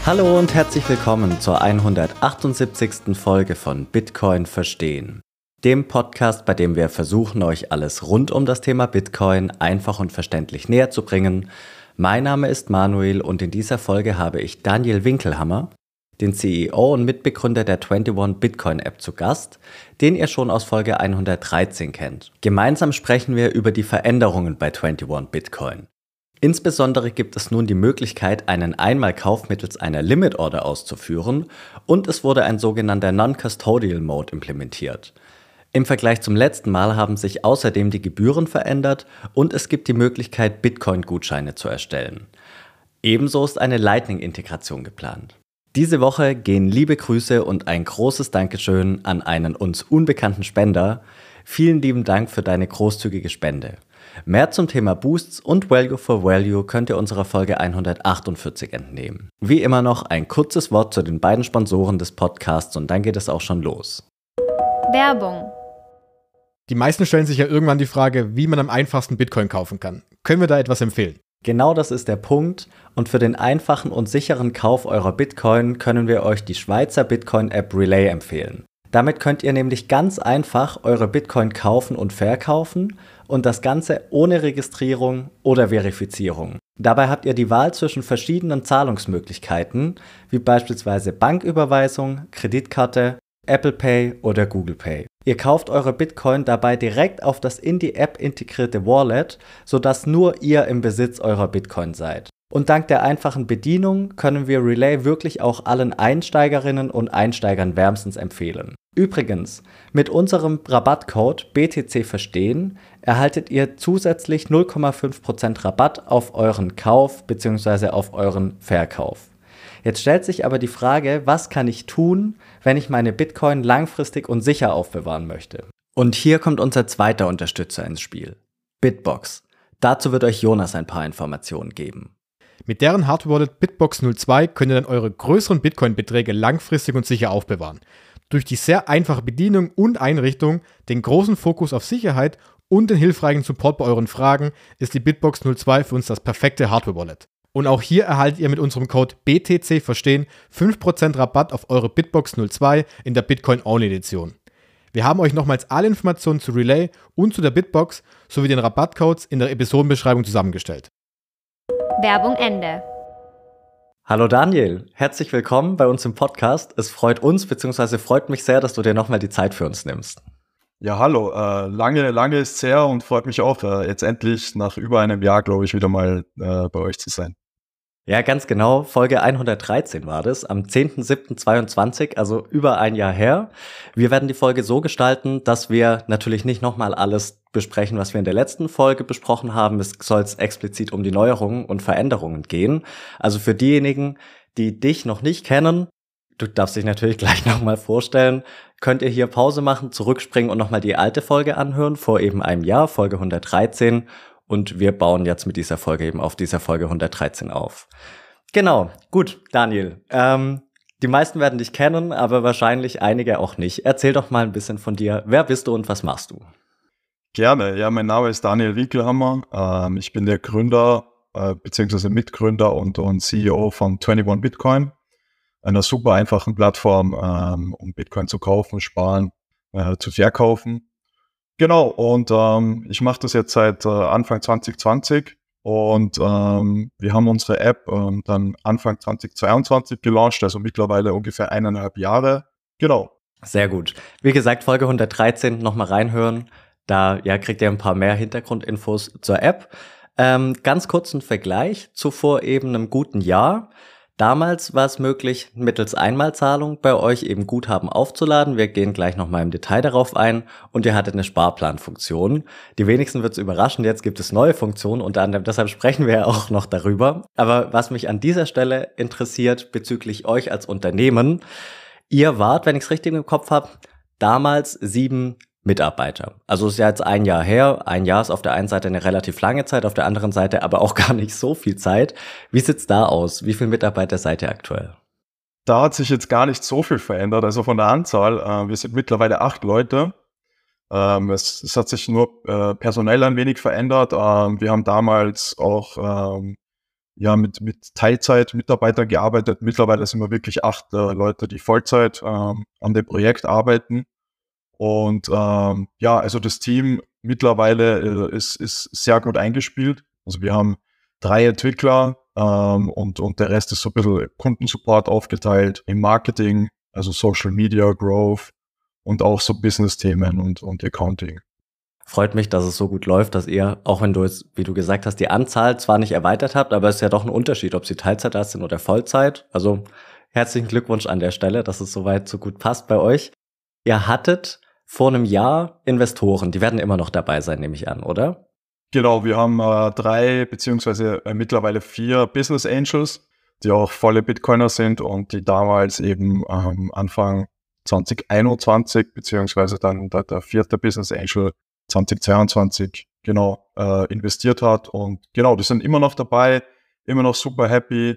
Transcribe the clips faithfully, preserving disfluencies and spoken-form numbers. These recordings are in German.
Hallo und herzlich willkommen zur hundertachtundsiebzigsten Folge von Bitcoin verstehen. Dem Podcast, bei dem wir versuchen, euch alles rund um das Thema Bitcoin einfach und verständlich näher zu bringen. Mein Name ist Manuel und in dieser Folge habe ich Daniel Winkelhammer, den C E O und Mitbegründer der einundzwanzig Bitcoin App, zu Gast, den ihr schon aus Folge hundertdreizehn kennt. Gemeinsam sprechen wir über die Veränderungen bei einundzwanzig Bitcoin. Insbesondere gibt es nun die Möglichkeit, einen Einmalkauf mittels einer Limit Order auszuführen und es wurde ein sogenannter Non-Custodial Mode implementiert. Im Vergleich zum letzten Mal haben sich außerdem die Gebühren verändert und es gibt die Möglichkeit, Bitcoin-Gutscheine zu erstellen. Ebenso ist eine Lightning-Integration geplant. Diese Woche gehen liebe Grüße und ein großes Dankeschön an einen uns unbekannten Spender. Vielen lieben Dank für deine großzügige Spende. Mehr zum Thema Boosts und Value for Value könnt ihr unserer Folge hundertachtundvierzig entnehmen. Wie immer noch ein kurzes Wort zu den beiden Sponsoren des Podcasts und dann geht es auch schon los. Werbung. Die meisten stellen sich ja irgendwann die Frage, wie man am einfachsten Bitcoin kaufen kann. Können wir da etwas empfehlen? Genau das ist der Punkt und für den einfachen und sicheren Kauf eurer Bitcoin können wir euch die Schweizer Bitcoin-App Relay empfehlen. Damit könnt ihr nämlich ganz einfach eure Bitcoin kaufen und verkaufen und das Ganze ohne Registrierung oder Verifizierung. Dabei habt ihr die Wahl zwischen verschiedenen Zahlungsmöglichkeiten, wie beispielsweise Banküberweisung, Kreditkarte, Apple Pay oder Google Pay. Ihr kauft eure Bitcoin dabei direkt auf das in die App integrierte Wallet, sodass nur ihr im Besitz eurer Bitcoin seid. Und dank der einfachen Bedienung können wir Relay wirklich auch allen Einsteigerinnen und Einsteigern wärmstens empfehlen. Übrigens, mit unserem Rabattcode B T C verstehen erhaltet ihr zusätzlich null Komma fünf Prozent Rabatt auf euren Kauf bzw. auf euren Verkauf. Jetzt stellt sich aber die Frage, was kann ich tun, wenn ich meine Bitcoin langfristig und sicher aufbewahren möchte? Und hier kommt unser zweiter Unterstützer ins Spiel, Bitbox. Dazu wird euch Jonas ein paar Informationen geben. Mit deren Hardware-Wallet Bitbox null zwei könnt ihr dann eure größeren Bitcoin-Beträge langfristig und sicher aufbewahren. Durch die sehr einfache Bedienung und Einrichtung, den großen Fokus auf Sicherheit und den hilfreichen Support bei euren Fragen ist die Bitbox null zwei für uns das perfekte Hardware-Wallet. Und auch hier erhaltet ihr mit unserem Code B T C verstehen fünf Prozent Rabatt auf eure Bitbox null zwei in der Bitcoin-Only-Edition. Wir haben euch nochmals alle Informationen zu Relay und zu der Bitbox sowie den Rabattcodes in der Episodenbeschreibung zusammengestellt. Werbung Ende. Hallo Daniel, herzlich willkommen bei uns im Podcast. Es freut uns bzw. freut mich sehr, dass du dir nochmal die Zeit für uns nimmst. Ja, hallo. Äh, lange, lange ist es her und freut mich auch, äh, jetzt endlich nach über einem Jahr, glaube ich, wieder mal äh, bei euch zu sein. Ja, ganz genau. Folge hundertdreizehn war das, am zehnten siebten zweiundzwanzig, also über ein Jahr her. Wir werden die Folge so gestalten, dass wir natürlich nicht nochmal alles besprechen, was wir in der letzten Folge besprochen haben. Es soll explizit um die Neuerungen und Veränderungen gehen. Also für diejenigen, die dich noch nicht kennen, du darfst dich natürlich gleich nochmal vorstellen, könnt ihr hier Pause machen, zurückspringen und nochmal die alte Folge anhören, vor eben einem Jahr, Folge hundertdreizehn. Und wir bauen jetzt mit dieser Folge eben auf dieser Folge hundertdreizehn auf. Genau, gut, Daniel. Ähm, die meisten werden dich kennen, aber wahrscheinlich einige auch nicht. Erzähl doch mal ein bisschen von dir. Wer bist du und was machst du? Gerne. Ja, mein Name ist Daniel Winkelhammer. Ähm, ich bin der Gründer äh, bzw. Mitgründer und, und C E O von einundzwanzig Bitcoin, einer super einfachen Plattform, ähm, um Bitcoin zu kaufen, sparen, äh, zu verkaufen. Genau, und ähm, ich mache das jetzt seit äh, Anfang zwanzig zwanzig und ähm, wir haben unsere App ähm, dann Anfang zwanzig zweiundzwanzig gelauncht, also mittlerweile ungefähr eineinhalb Jahre. Genau. Sehr gut. Wie gesagt, Folge hundertdreizehn nochmal reinhören. Da ja, kriegt ihr ein paar mehr Hintergrundinfos zur App. Ähm, ganz kurz ein Vergleich zu vor eben einem guten Jahr. Damals war es möglich, mittels Einmalzahlung bei euch eben Guthaben aufzuladen. Wir gehen gleich nochmal im Detail darauf ein. Und ihr hattet eine Sparplanfunktion. Die wenigsten wird es überraschen, jetzt gibt es neue Funktionen. Unter anderem, deshalb sprechen wir ja auch noch darüber. Aber was mich an dieser Stelle interessiert bezüglich euch als Unternehmen, ihr wart, wenn ich es richtig im Kopf habe, damals sieben Mitarbeiter. Also es ist ja jetzt ein Jahr her. Ein Jahr ist auf der einen Seite eine relativ lange Zeit, auf der anderen Seite aber auch gar nicht so viel Zeit. Wie sieht's da aus? Wie viele Mitarbeiter seid ihr aktuell? Da hat sich jetzt gar nicht so viel verändert, also von der Anzahl. Äh, wir sind mittlerweile acht Leute. Ähm, es, es hat sich nur äh, personell ein wenig verändert. Ähm, wir haben damals auch ähm, ja mit, mit Teilzeit-Mitarbeitern gearbeitet. Mittlerweile sind wir wirklich acht äh, Leute, die Vollzeit ähm, an dem Projekt arbeiten. Und ähm, ja, also das Team mittlerweile äh, ist, ist sehr gut eingespielt. Also wir haben drei Entwickler ähm, und, und der Rest ist so ein bisschen Kundensupport aufgeteilt, im Marketing, also Social Media, Growth und auch so Business-Themen und, und Accounting. Freut mich, dass es so gut läuft, dass ihr, auch wenn du jetzt, wie du gesagt hast, die Anzahl zwar nicht erweitert habt, aber es ist ja doch ein Unterschied, ob sie Teilzeit da sind oder Vollzeit. Also herzlichen Glückwunsch an der Stelle, dass es soweit so gut passt bei euch. Ihr hattet vor einem Jahr Investoren, die werden immer noch dabei sein, nehme ich an, oder? Genau, wir haben äh, drei beziehungsweise äh, mittlerweile vier Business Angels, die auch volle Bitcoiner sind und die damals eben ähm, Anfang zwanzig einundzwanzig beziehungsweise dann der, der vierte Business Angel zwanzig zweiundzwanzig genau äh, investiert hat. Und genau, die sind immer noch dabei, immer noch super happy.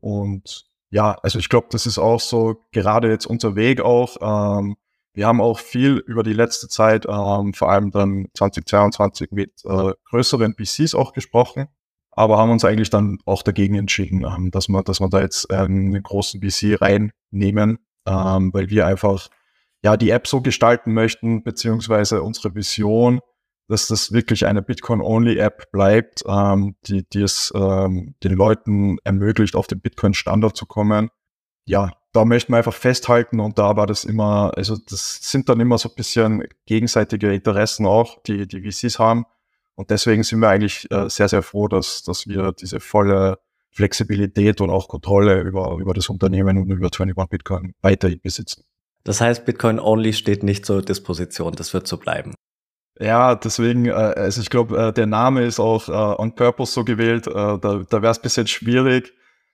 Und ja, also ich glaube, das ist auch so gerade jetzt unser Weg auch. Ähm, wir haben auch viel über die letzte Zeit, ähm, vor allem dann zwanzig zweiundzwanzig mit äh, größeren V Cs auch gesprochen, aber haben uns eigentlich dann auch dagegen entschieden, ähm, dass wir, dass wir da jetzt ähm, einen großen V C reinnehmen, ähm, weil wir einfach ja die App so gestalten möchten, beziehungsweise unsere Vision, dass das wirklich eine Bitcoin-Only-App bleibt, ähm, die, die es ähm, den Leuten ermöglicht, auf den Bitcoin-Standard zu kommen. Ja, da möchten wir einfach festhalten und da war das immer, also das sind dann immer so ein bisschen gegenseitige Interessen auch, die die V Cs haben und deswegen sind wir eigentlich äh, sehr, sehr froh, dass, dass wir diese volle Flexibilität und auch Kontrolle über, über das Unternehmen und über einundzwanzig Bitcoin weiterhin besitzen. Das heißt, Bitcoin Only steht nicht zur Disposition, das wird so bleiben. Ja, deswegen, äh, also ich glaube, äh, der Name ist auch äh, on purpose so gewählt, äh, da, da wäre es ein bisschen schwierig,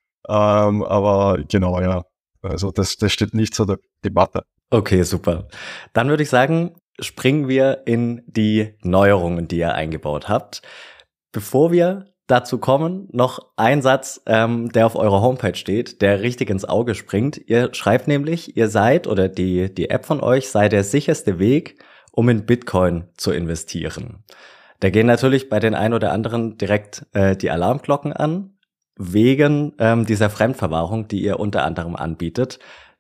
ähm, aber genau, ja, also das, das steht nicht zur Debatte. Okay, super. Dann würde ich sagen, springen wir in die Neuerungen, die ihr eingebaut habt. Bevor wir dazu kommen, noch ein Satz, ähm, der auf eurer Homepage steht, der richtig ins Auge springt. Ihr schreibt nämlich, ihr seid oder die, die App von euch sei der sicherste Weg, um in Bitcoin zu investieren. Da gehen natürlich bei den ein oder anderen direkt äh, die Alarmglocken an, wegen ähm, dieser Fremdverwahrung, die ihr unter anderem anbietet.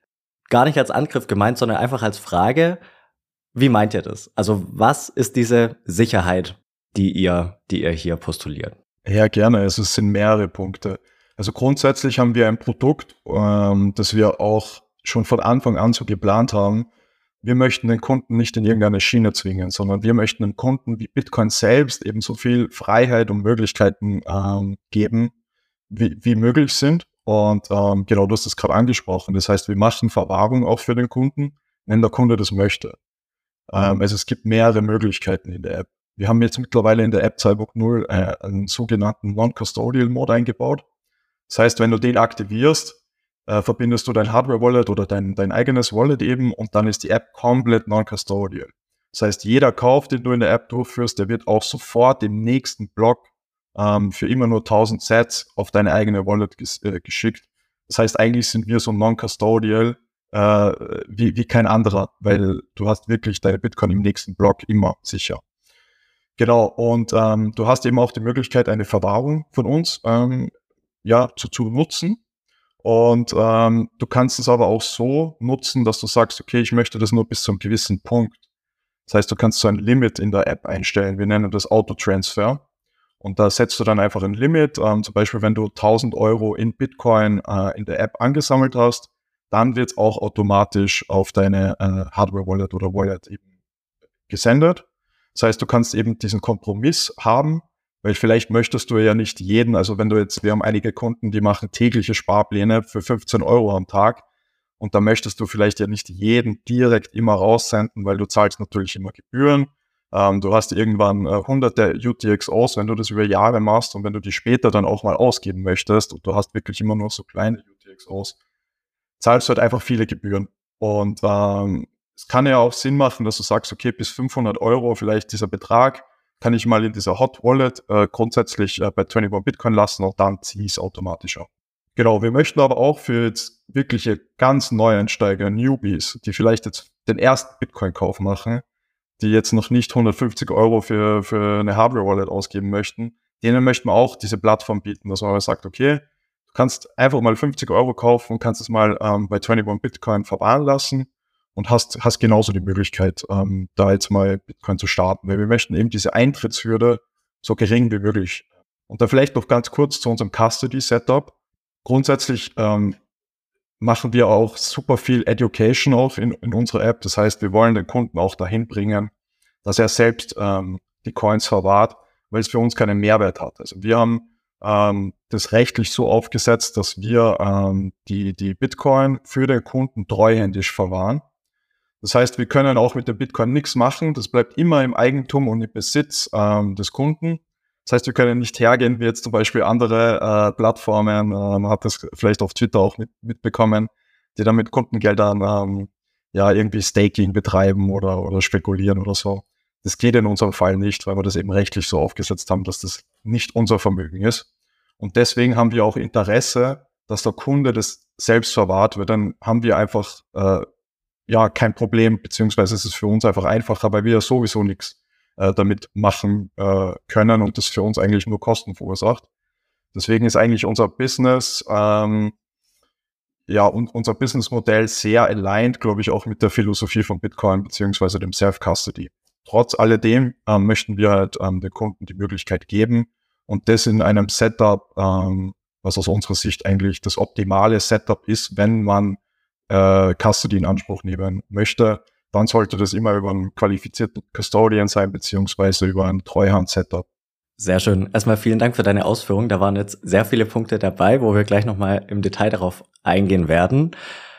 Gar nicht als Angriff gemeint, sondern einfach als Frage, wie meint ihr das? Also was ist diese Sicherheit, die ihr, die ihr hier postuliert? Ja, gerne. Also es sind mehrere Punkte. Also grundsätzlich haben wir ein Produkt, ähm, das wir auch schon von Anfang an so geplant haben. Wir möchten den Kunden nicht in irgendeine Schiene zwingen, sondern wir möchten dem Kunden wie Bitcoin selbst eben so viel Freiheit und Möglichkeiten ähm, geben, wie, wie möglich sind. Und ähm, genau, du hast es gerade angesprochen. Das heißt, wir machen Verwahrung auch für den Kunden, wenn der Kunde das möchte. Ähm, also es gibt mehrere Möglichkeiten in der App. Wir haben jetzt mittlerweile in der App zwei Punkt null äh, einen sogenannten Non-Custodial-Mode eingebaut. Das heißt, wenn du den aktivierst, äh, verbindest du dein Hardware-Wallet oder dein, dein eigenes Wallet eben und dann ist die App komplett non-custodial. Das heißt, jeder Kauf, den du in der App durchführst, der wird auch sofort im nächsten Block ähm, für immer nur tausend Sats auf deine eigene Wallet ges- äh, geschickt. Das heißt, eigentlich sind wir so non-custodial äh, wie, wie kein anderer, weil du hast wirklich deine Bitcoin im nächsten Block immer sicher. Genau, und ähm, du hast eben auch die Möglichkeit, eine Verwahrung von uns ähm, ja, zu, zu nutzen. Und ähm, du kannst es aber auch so nutzen, dass du sagst, okay, ich möchte das nur bis zu einem gewissen Punkt. Das heißt, du kannst so ein Limit in der App einstellen. Wir nennen das Auto-Transfer. Und da setzt du dann einfach ein Limit. Ähm, zum Beispiel, wenn du tausend Euro in Bitcoin äh, in der App angesammelt hast, dann wird es auch automatisch auf deine äh, Hardware-Wallet oder Wallet eben gesendet. Das heißt, du kannst eben diesen Kompromiss haben, weil vielleicht möchtest du ja nicht jeden, also wenn du jetzt, wir haben einige Kunden, die machen tägliche Sparpläne für fünfzehn Euro am Tag und da möchtest du vielleicht ja nicht jeden direkt immer raussenden, weil du zahlst natürlich immer Gebühren. Ähm, du hast irgendwann äh, hunderte U T X Os, wenn du das über Jahre machst und wenn du die später dann auch mal ausgeben möchtest und du hast wirklich immer nur so kleine U T X Os, zahlst du halt einfach viele Gebühren. Und ähm, es kann ja auch Sinn machen, dass du sagst, okay, bis fünfhundert Euro vielleicht dieser Betrag kann ich mal in dieser Hot Wallet äh, grundsätzlich äh, bei einundzwanzig Bitcoin lassen und dann ziehe ich es automatisch ab. Genau, wir möchten aber auch für jetzt wirkliche ganz Neueinsteiger, Newbies, die vielleicht jetzt den ersten Bitcoin-Kauf machen, die jetzt noch nicht hundertfünfzig Euro für, für eine Hardware-Wallet ausgeben möchten, denen möchten wir auch diese Plattform bieten, dass man mal sagt, okay, du kannst einfach mal fünfzig Euro kaufen und kannst es mal ähm, bei einundzwanzig Bitcoin verwahren lassen und hast, hast genauso die Möglichkeit, ähm, da jetzt mal Bitcoin zu starten, weil wir möchten eben diese Eintrittshürde so gering wie möglich. Und da vielleicht noch ganz kurz zu unserem Custody-Setup. Grundsätzlich ähm, machen wir auch super viel Education auch in, in unserer App. Das heißt, wir wollen den Kunden auch dahin bringen, dass er selbst ähm, die Coins verwahrt, weil es für uns keinen Mehrwert hat. Also wir haben ähm, das rechtlich so aufgesetzt, dass wir ähm, die, die Bitcoin für den Kunden treuhändisch verwahren. Das heißt, wir können auch mit dem Bitcoin nichts machen. Das bleibt immer im Eigentum und im Besitz ähm, des Kunden. Das heißt, wir können nicht hergehen, wie jetzt zum Beispiel andere äh, Plattformen, äh, man hat das vielleicht auf Twitter auch mit, mitbekommen, die dann mit Kundengeldern ähm, ja irgendwie Staking betreiben oder, oder spekulieren oder so. Das geht in unserem Fall nicht, weil wir das eben rechtlich so aufgesetzt haben, dass das nicht unser Vermögen ist. Und deswegen haben wir auch Interesse, dass der Kunde das selbst verwahrt, weil dann haben wir einfach äh, ja kein Problem, beziehungsweise es ist für uns einfach einfacher, weil wir ja sowieso nichts äh, damit machen äh, können und das für uns eigentlich nur Kosten verursacht. Deswegen ist eigentlich unser Business, ähm, ja, und unser Businessmodell sehr aligned, glaube ich, auch mit der Philosophie von Bitcoin beziehungsweise dem Self-Custody. Trotz alledem ähm, möchten wir halt ähm, den Kunden die Möglichkeit geben und das in einem Setup, ähm, was aus unserer Sicht eigentlich das optimale Setup ist, wenn man äh, Custody in Anspruch nehmen möchte, dann sollte das immer über einen qualifizierten Custodian sein, beziehungsweise über ein Treuhand-Setup. Sehr schön. Erstmal vielen Dank für deine Ausführungen. Da waren jetzt sehr viele Punkte dabei, wo wir gleich nochmal im Detail darauf eingehen werden.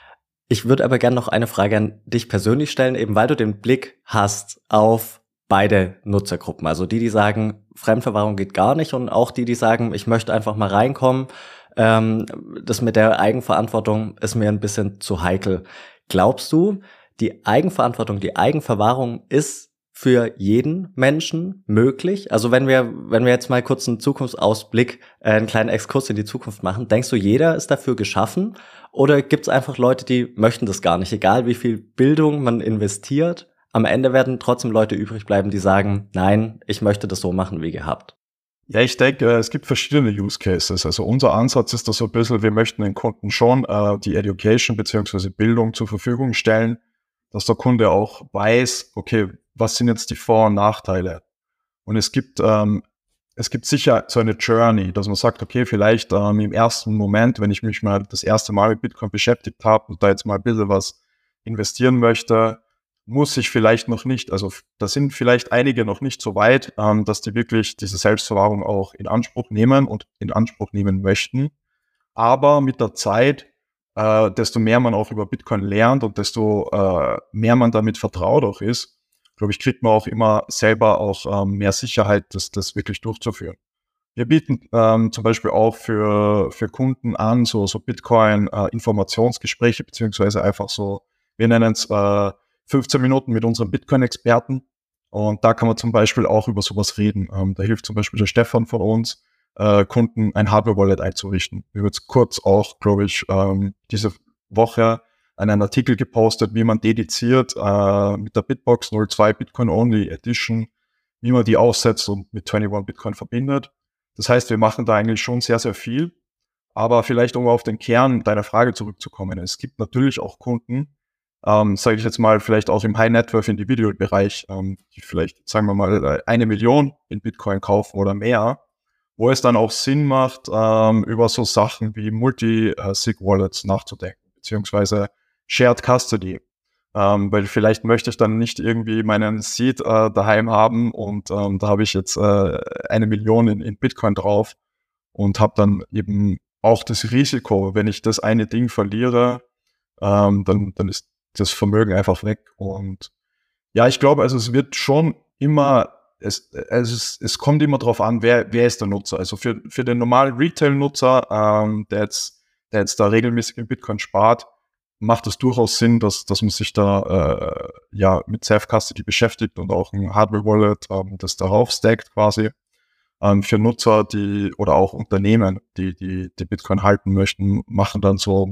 Ich würde aber gerne noch eine Frage an dich persönlich stellen, eben weil du den Blick hast auf beide Nutzergruppen. Also die, die sagen, Fremdverwahrung geht gar nicht und auch die, die sagen, ich möchte einfach mal reinkommen. Ähm, das mit der Eigenverantwortung ist mir ein bisschen zu heikel. Glaubst du, die Eigenverantwortung, die Eigenverwahrung ist für jeden Menschen möglich? Also wenn wir, wenn wir jetzt mal kurz einen Zukunftsausblick, äh, einen kleinen Exkurs in die Zukunft machen, denkst du, jeder ist dafür geschaffen? Oder gibt es einfach Leute, die möchten das gar nicht? Egal wie viel Bildung man investiert, am Ende werden trotzdem Leute übrig bleiben, die sagen, nein, ich möchte das so machen wie gehabt. Ja, ich denke, es gibt verschiedene Use Cases. Also unser Ansatz ist da so ein bisschen, wir möchten den Kunden schon äh, die Education bzw. Bildung zur Verfügung stellen, dass der Kunde auch weiß, okay, was sind jetzt die Vor- und Nachteile? Und es gibt ähm, es gibt sicher so eine Journey, dass man sagt, okay, vielleicht ähm, im ersten Moment, wenn ich mich mal das erste Mal mit Bitcoin beschäftigt habe und da jetzt mal ein bisschen was investieren möchte, muss ich vielleicht noch nicht, also da sind vielleicht einige noch nicht so weit, ähm, dass die wirklich diese Selbstverwahrung auch in Anspruch nehmen und in Anspruch nehmen möchten. Aber mit der Zeit, äh, desto mehr man auch über Bitcoin lernt und desto äh, mehr man damit vertraut auch ist, glaube ich, kriegt man auch immer selber auch ähm, mehr Sicherheit, das, das wirklich durchzuführen. Wir bieten ähm, zum Beispiel auch für, für Kunden an, so, so Bitcoin-Informationsgespräche, beziehungsweise einfach so, wir nennen es äh, fünfzehn Minuten mit unseren Bitcoin-Experten. Und da kann man zum Beispiel auch über sowas reden. Ähm, da hilft zum Beispiel der Stefan von uns, äh, Kunden ein Hardware-Wallet einzurichten. Wir haben jetzt kurz auch, glaube ich, ähm, diese Woche einen Artikel gepostet, wie man dediziert äh, mit der Bitbox null zwei Bitcoin Only Edition, wie man die aussetzt und mit einundzwanzig Bitcoin verbindet. Das heißt, wir machen da eigentlich schon sehr, sehr viel. Aber vielleicht, um auf den Kern deiner Frage zurückzukommen, es gibt natürlich auch Kunden, ähm, sage ich jetzt mal, vielleicht auch im High-Net-Worth-Individual-Bereich, ähm, die vielleicht, sagen wir mal, eine Million in Bitcoin kaufen oder mehr, wo es dann auch Sinn macht, ähm, über so Sachen wie Multi-Sig-Wallets nachzudenken, beziehungsweise Shared Custody. Ähm, weil vielleicht möchte ich dann nicht irgendwie meinen Seed äh, daheim haben und ähm, da habe ich jetzt äh, eine Million in, in Bitcoin drauf und habe dann eben auch das Risiko, wenn ich das eine Ding verliere, ähm, dann, dann ist das Vermögen einfach weg. Und ja, ich glaube, also es wird schon immer, es, also es, es kommt immer drauf an, wer, wer ist der Nutzer. Also für, für den normalen Retail-Nutzer, ähm, der jetzt, der jetzt da regelmäßig in Bitcoin spart, macht es durchaus Sinn, dass, dass man sich da äh, ja mit Self-Custody beschäftigt und auch ein Hardware-Wallet, ähm, das darauf stackt quasi. Ähm, für Nutzer, die oder auch Unternehmen, die, die die Bitcoin halten möchten, machen dann so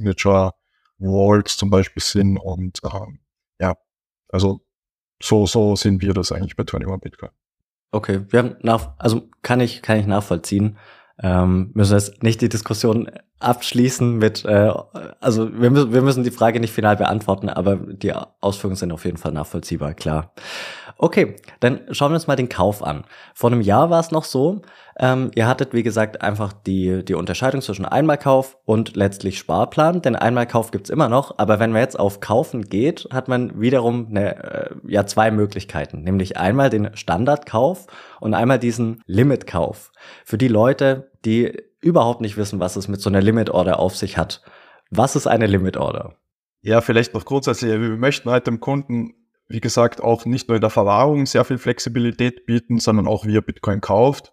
Multi-Signature-Wallets zum Beispiel Sinn. Und ähm, ja, also so, so sehen wir das eigentlich bei einundzwanzig Bitcoin. Okay, wir haben nach, also kann ich kann ich nachvollziehen. Ähm, müssen jetzt nicht die Diskussion abschließen mit, äh, also wir müssen wir müssen die Frage nicht final beantworten, aber die Ausführungen sind auf jeden Fall nachvollziehbar, klar. Okay, dann schauen wir uns mal den Kauf an. Vor einem Jahr war es noch so, ähm, ihr hattet, wie gesagt, einfach die die Unterscheidung zwischen Einmalkauf und letztlich Sparplan. Den Einmalkauf gibt's immer noch, aber wenn man jetzt auf Kaufen geht, hat man wiederum eine, äh, ja zwei Möglichkeiten, nämlich einmal den Standardkauf und einmal diesen Limitkauf. Für die Leute, die überhaupt nicht wissen, was es mit so einer Limit Order auf sich hat. Was ist eine Limit Order? Ja, vielleicht noch grundsätzlich, wir möchten halt dem Kunden, wie gesagt, auch nicht nur in der Verwahrung sehr viel Flexibilität bieten, sondern auch wie er Bitcoin kauft.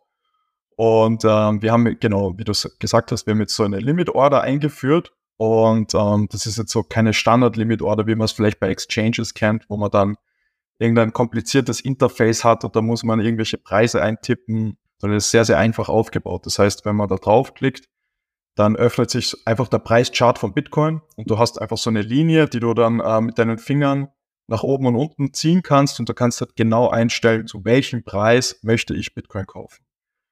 Und ähm, wir haben, genau, wie du gesagt hast, wir haben jetzt so eine Limit Order eingeführt. Und ähm, das ist jetzt so keine Standard-Limit Order, wie man es vielleicht bei Exchanges kennt, wo man dann irgendein kompliziertes Interface hat und da muss man irgendwelche Preise eintippen, sondern es ist sehr, sehr einfach aufgebaut. Das heißt, wenn man da draufklickt, dann öffnet sich einfach der Preischart von Bitcoin und du hast einfach so eine Linie, die du dann äh, mit deinen Fingern nach oben und unten ziehen kannst und du kannst halt genau einstellen, zu welchem Preis möchte ich Bitcoin kaufen.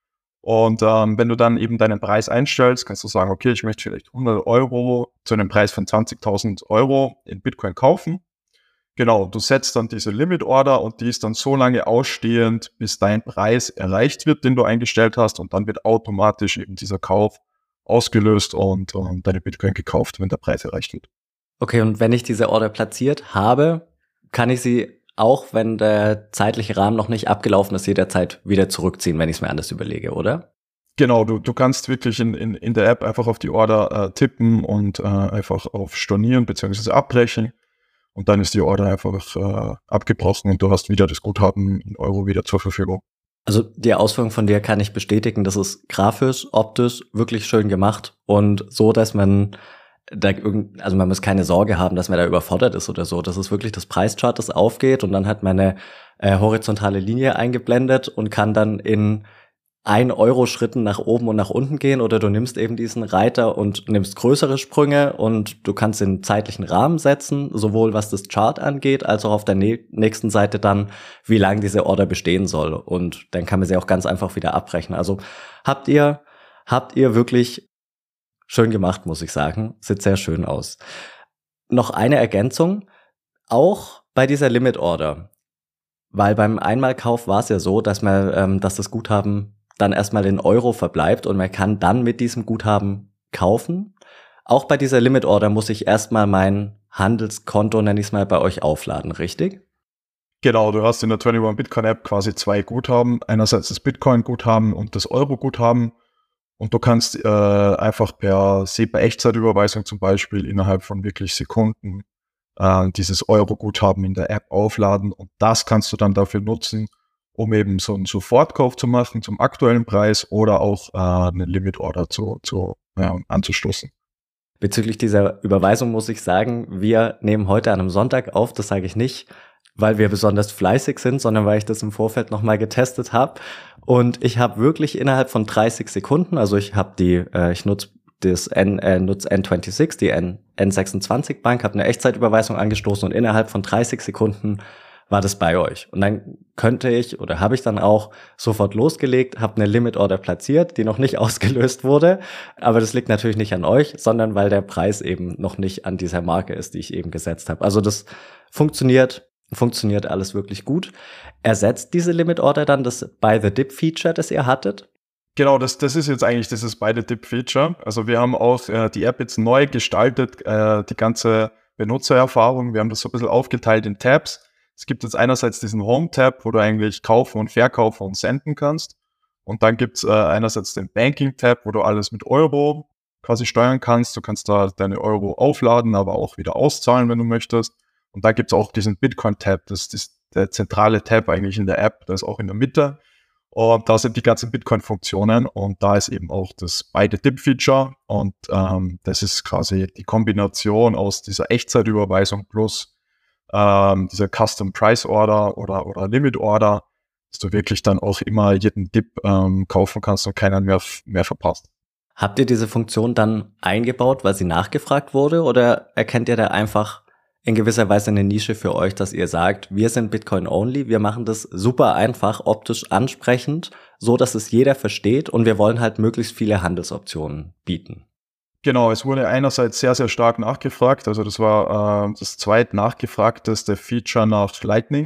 Und ähm, wenn du dann eben deinen Preis einstellst, kannst du sagen, okay, ich möchte vielleicht hundert Euro zu einem Preis von zwanzigtausend Euro in Bitcoin kaufen. Genau, du setzt dann diese Limit Order und die ist dann so lange ausstehend, bis dein Preis erreicht wird, den du eingestellt hast, und dann wird automatisch eben dieser Kauf ausgelöst und, und deine Bitcoin gekauft, wenn der Preis erreicht wird. Okay, und wenn ich diese Order platziert habe, kann ich sie auch, wenn der zeitliche Rahmen noch nicht abgelaufen ist, jederzeit wieder zurückziehen, wenn ich es mir anders überlege, oder? Genau, du, du kannst wirklich in, in, in der App einfach auf die Order äh, tippen und äh, einfach auf Stornieren bzw. abbrechen. Und dann ist die Order einfach äh, abgebrochen und du hast wieder das Guthaben in Euro wieder zur Verfügung. Also die Ausführung von dir kann ich bestätigen, das ist grafisch, optisch wirklich schön gemacht und so, dass man da irgend, also man muss keine Sorge haben, dass man da überfordert ist oder so. Das ist wirklich das Preischart, das aufgeht und dann hat man eine äh, horizontale Linie eingeblendet und kann dann in ein Euro Schritten nach oben und nach unten gehen, oder du nimmst eben diesen Reiter und nimmst größere Sprünge und du kannst den zeitlichen Rahmen setzen, sowohl was das Chart angeht, als auch auf der ne- nächsten Seite dann, wie lange diese Order bestehen soll. Und dann kann man sie auch ganz einfach wieder abbrechen. Also habt ihr, habt ihr wirklich schön gemacht, muss ich sagen. Sieht sehr schön aus. Noch eine Ergänzung, auch bei dieser Limit Order, weil beim Einmalkauf war es ja so, dass man, ähm, dass das Guthaben dann erstmal in Euro verbleibt und man kann dann mit diesem Guthaben kaufen. Auch bei dieser Limit Order muss ich erstmal mein Handelskonto, nenne ich es mal, bei euch aufladen, richtig? Genau, du hast in der einundzwanzig Bitcoin App quasi zwei Guthaben. Einerseits das Bitcoin-Guthaben und das Euro-Guthaben. Und du kannst äh, einfach per SEPA-Echtzeitüberweisung zum Beispiel innerhalb von wirklich Sekunden äh, dieses Euro-Guthaben in der App aufladen. Und das kannst du dann dafür nutzen, um eben so einen Sofortkauf zu machen zum aktuellen Preis oder auch äh, eine Limit-Order zu, zu, ja, anzustoßen. Bezüglich dieser Überweisung muss ich sagen, wir nehmen heute an einem Sonntag auf, das sage ich nicht, weil wir besonders fleißig sind, sondern weil ich das im Vorfeld nochmal getestet habe. Und ich habe wirklich innerhalb von dreißig Sekunden, also ich habe die, äh, ich nutze das N, äh, nutze N sechsundzwanzig, die N, N sechsundzwanzig Bank, habe eine Echtzeitüberweisung angestoßen und innerhalb von dreißig Sekunden war das bei euch. Und dann könnte ich oder habe ich dann auch sofort losgelegt, habe eine Limit Order platziert, die noch nicht ausgelöst wurde. Aber das liegt natürlich nicht an euch, sondern weil der Preis eben noch nicht an dieser Marke ist, die ich eben gesetzt habe. Also das funktioniert, funktioniert alles wirklich gut. Ersetzt diese Limit Order dann das Buy the Dip Feature, das ihr hattet? Genau, das, das ist jetzt eigentlich dieses Buy the Dip Feature. Also wir haben auch äh, die App jetzt neu gestaltet, äh, die ganze Benutzererfahrung. Wir haben das so ein bisschen aufgeteilt in Tabs. Es gibt jetzt einerseits diesen Home-Tab, wo du eigentlich kaufen und verkaufen und senden kannst. Und dann gibt es äh, einerseits den Banking-Tab, wo du alles mit Euro quasi steuern kannst. Du kannst da deine Euro aufladen, aber auch wieder auszahlen, wenn du möchtest. Und da gibt es auch diesen Bitcoin-Tab. Das ist der zentrale Tab eigentlich in der App. Das ist auch in der Mitte. Und da sind die ganzen Bitcoin-Funktionen. Und da ist eben auch das Buy the Dip Feature. Und ähm, das ist quasi die Kombination aus dieser Echtzeitüberweisung plus Ähm, dieser Custom Price Order oder, oder Limit Order, dass du wirklich dann auch immer jeden Dip ähm, kaufen kannst und keinen mehr, mehr verpasst. Habt ihr diese Funktion dann eingebaut, weil sie nachgefragt wurde, oder erkennt ihr da einfach in gewisser Weise eine Nische für euch, dass ihr sagt, wir sind Bitcoin-only, wir machen das super einfach, optisch ansprechend, so dass es jeder versteht und wir wollen halt möglichst viele Handelsoptionen bieten. Genau, es wurde einerseits sehr, sehr stark nachgefragt, also das war äh, das zweit nachgefragteste Feature nach Lightning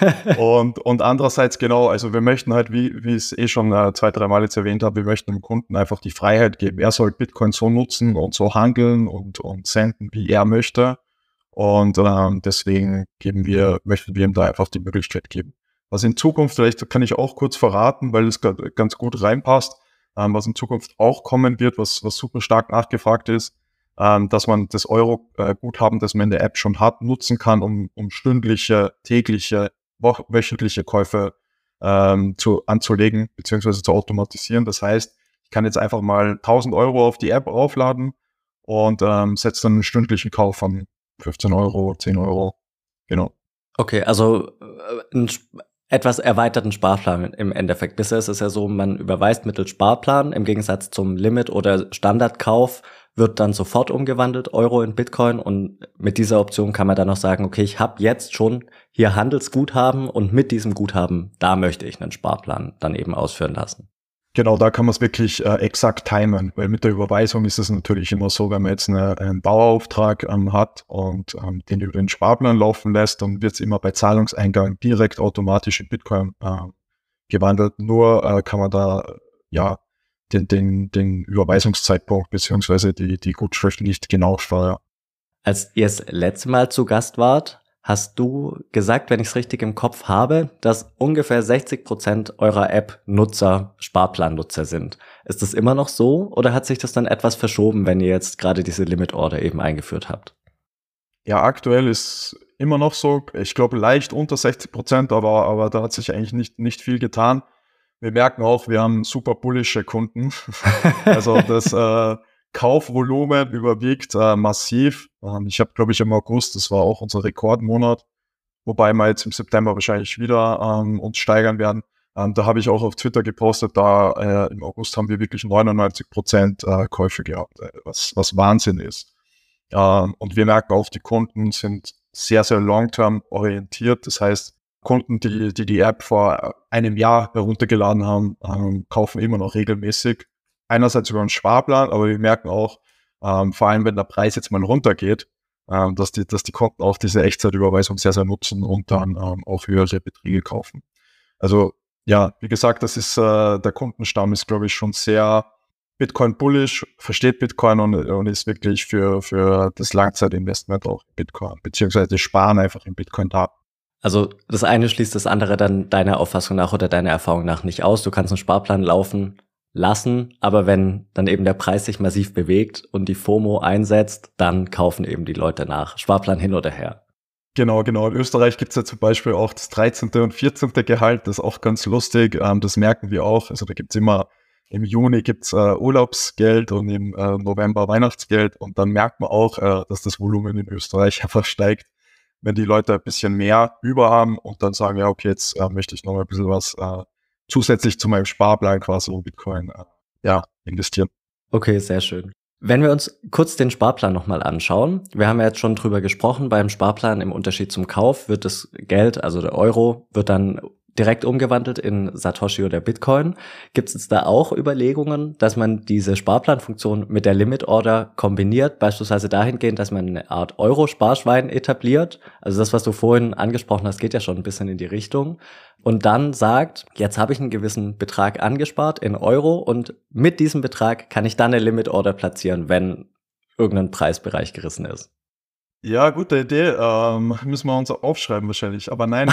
und, und andererseits genau, also wir möchten halt, wie, wie ich es eh schon äh, zwei, drei Mal jetzt erwähnt habe, wir möchten dem Kunden einfach die Freiheit geben, er soll Bitcoin so nutzen und so handeln und, und senden, wie er möchte. Und ähm, deswegen geben wir, möchten wir ihm da einfach die Möglichkeit geben. Was in Zukunft, vielleicht kann ich auch kurz verraten, weil es ganz gut reinpasst, ähm, was in Zukunft auch kommen wird, was, was super stark nachgefragt ist, ähm, dass man das Euro-Guthaben, das man in der App schon hat, nutzen kann, um, um stündliche, tägliche, woch- wöchentliche Käufe ähm, zu, anzulegen beziehungsweise zu automatisieren. Das heißt, ich kann jetzt einfach mal tausend Euro auf die App aufladen und ähm, setze dann einen stündlichen Kauf von fünfzehn Euro, zehn Euro, genau. Okay, also äh, ein sp- etwas erweiterten Sparplan im Endeffekt. Bisher ist es ja so, man überweist mittels Sparplan, im Gegensatz zum Limit- oder Standardkauf wird dann sofort umgewandelt, Euro in Bitcoin, und mit dieser Option kann man dann noch sagen, okay, ich habe jetzt schon hier Handelsguthaben und mit diesem Guthaben, da möchte ich einen Sparplan dann eben ausführen lassen. Genau, da kann man es wirklich äh, exakt timen, weil mit der Überweisung ist es natürlich immer so, wenn man jetzt eine, einen Bauauftrag ähm, hat und ähm, den über den Sparplan laufen lässt, dann wird es immer bei Zahlungseingang direkt automatisch in Bitcoin äh, gewandelt. Nur äh, kann man da ja den, den, den Überweisungszeitpunkt beziehungsweise die, die Gutschrift nicht genau steuern. Als ihr das letzte Mal zu Gast wart, hast du gesagt, wenn ich es richtig im Kopf habe, dass ungefähr sechzig Prozent eurer App Nutzer Sparplan-Nutzer sind. Ist das immer noch so oder hat sich das dann etwas verschoben, wenn ihr jetzt gerade diese Limit-Order eben eingeführt habt? Ja, aktuell ist immer noch so, ich glaube leicht unter sechzig Prozent, aber, aber da hat sich eigentlich nicht, nicht viel getan. Wir merken auch, wir haben super bullische Kunden. Also das äh, Kaufvolumen überwiegt äh, massiv. Ähm, ich habe, glaube ich, im August, das war auch unser Rekordmonat, wobei wir jetzt im September wahrscheinlich wieder ähm, uns steigern werden. Ähm, da habe ich auch auf Twitter gepostet, da äh, im August haben wir wirklich neunundneunzig Prozent äh, Käufe gehabt, äh, was, was Wahnsinn ist. Ähm, und wir merken auch, die Kunden sind sehr, sehr long-term orientiert. Das heißt, Kunden, die, die die App vor einem Jahr heruntergeladen haben, ähm, kaufen immer noch regelmäßig. Einerseits über einen Sparplan, aber wir merken auch, ähm, vor allem wenn der Preis jetzt mal runtergeht, ähm, dass, die, dass die Kunden auch diese Echtzeitüberweisung sehr, sehr nutzen und dann ähm, auch höhere Beträge kaufen. Also ja, wie gesagt, das ist äh, der Kundenstamm ist, glaube ich, schon sehr Bitcoin-bullish, versteht Bitcoin und, und ist wirklich für, für das Langzeitinvestment auch in Bitcoin, beziehungsweise Sparen einfach in Bitcoin da. Also das eine schließt das andere dann deiner Auffassung nach oder deiner Erfahrung nach nicht aus. Du kannst einen Sparplan laufen lassen, aber wenn dann eben der Preis sich massiv bewegt und die FOMO einsetzt, dann kaufen eben die Leute nach. Sparplan hin oder her. Genau, genau. In Österreich gibt es ja zum Beispiel auch das dreizehnte und vierzehnte Gehalt, das ist auch ganz lustig, ähm, das merken wir auch. Also da gibt es immer, im Juni gibt es äh, Urlaubsgeld und im äh, November Weihnachtsgeld und dann merkt man auch, äh, dass das Volumen in Österreich einfach steigt, wenn die Leute ein bisschen mehr über haben und dann sagen, ja, okay, jetzt äh, möchte ich noch mal ein bisschen was äh, zusätzlich zu meinem Sparplan quasi in Bitcoin äh, ja, investieren. Okay, sehr schön. Wenn wir uns kurz den Sparplan nochmal anschauen, wir haben ja jetzt schon drüber gesprochen, beim Sparplan im Unterschied zum Kauf wird das Geld, also der Euro, wird dann direkt umgewandelt in Satoshi oder Bitcoin. Gibt es jetzt da auch Überlegungen, dass man diese Sparplanfunktion mit der Limit Order kombiniert, beispielsweise dahingehend, dass man eine Art Euro-Sparschwein etabliert? Also das, was du vorhin angesprochen hast, geht ja schon ein bisschen in die Richtung. Und dann sagt, jetzt habe ich einen gewissen Betrag angespart in Euro und mit diesem Betrag kann ich dann eine Limit Order platzieren, wenn irgendein Preisbereich gerissen ist. Ja, gute Idee. Ähm, müssen wir uns aufschreiben wahrscheinlich. Aber nein,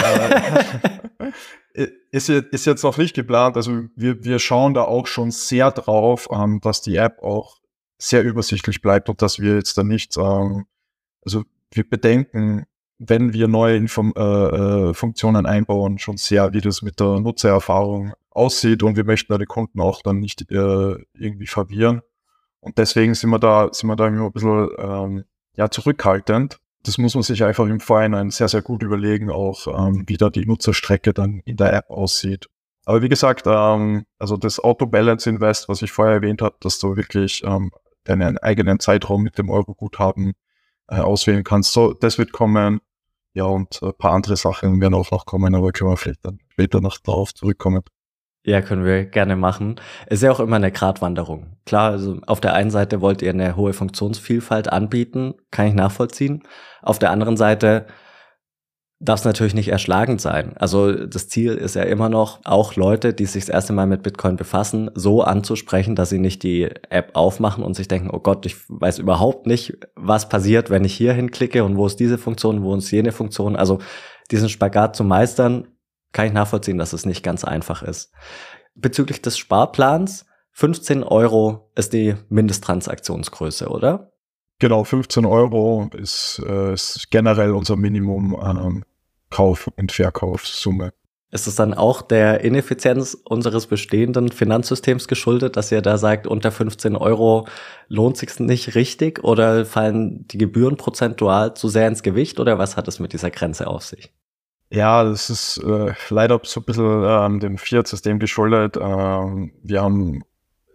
äh, ist, ist jetzt noch nicht geplant. Also wir, wir schauen da auch schon sehr drauf, ähm, dass die App auch sehr übersichtlich bleibt und dass wir jetzt da nicht, ähm, also wir bedenken, wenn wir neue Inform- äh, äh, Funktionen einbauen, schon sehr, wie das mit der Nutzererfahrung aussieht und wir möchten da die Kunden auch dann nicht äh, irgendwie verwirren. Und deswegen sind wir da, sind wir da immer ein bisschen ähm, ja, zurückhaltend. Das muss man sich einfach im Vorhinein sehr, sehr gut überlegen, auch ähm, wie da die Nutzerstrecke dann in der App aussieht. Aber wie gesagt, ähm, also das Auto-Balance-Invest, was ich vorher erwähnt habe, dass du wirklich ähm, deinen eigenen Zeitraum mit dem Euro-Guthaben äh, auswählen kannst. So, das wird kommen. Ja, und ein paar andere Sachen werden auch noch kommen, aber können wir vielleicht dann später noch drauf zurückkommen. Ja, können wir gerne machen. Ist ja auch immer eine Gratwanderung. Klar, also auf der einen Seite wollt ihr eine hohe Funktionsvielfalt anbieten, kann ich nachvollziehen. Auf der anderen Seite darf es natürlich nicht erschlagend sein. Also das Ziel ist ja immer noch, auch Leute, die sich das erste Mal mit Bitcoin befassen, so anzusprechen, dass sie nicht die App aufmachen und sich denken, oh Gott, ich weiß überhaupt nicht, was passiert, wenn ich hier hinklicke und wo ist diese Funktion, wo ist jene Funktion. Also diesen Spagat zu meistern, kann ich nachvollziehen, dass es nicht ganz einfach ist. Bezüglich des Sparplans, fünfzehn Euro ist die Mindesttransaktionsgröße, oder? Genau, fünfzehn Euro ist, äh, ist generell unser Minimum ähm, Kauf- und Verkaufssumme. Ist es dann auch der Ineffizienz unseres bestehenden Finanzsystems geschuldet, dass ihr da sagt, unter fünfzehn Euro lohnt sich's nicht richtig, oder fallen die Gebühren prozentual zu sehr ins Gewicht, oder was hat es mit dieser Grenze auf sich? Ja, das ist äh, leider so ein bisschen ähm, dem Fiat-System geschuldet. Ähm, wir haben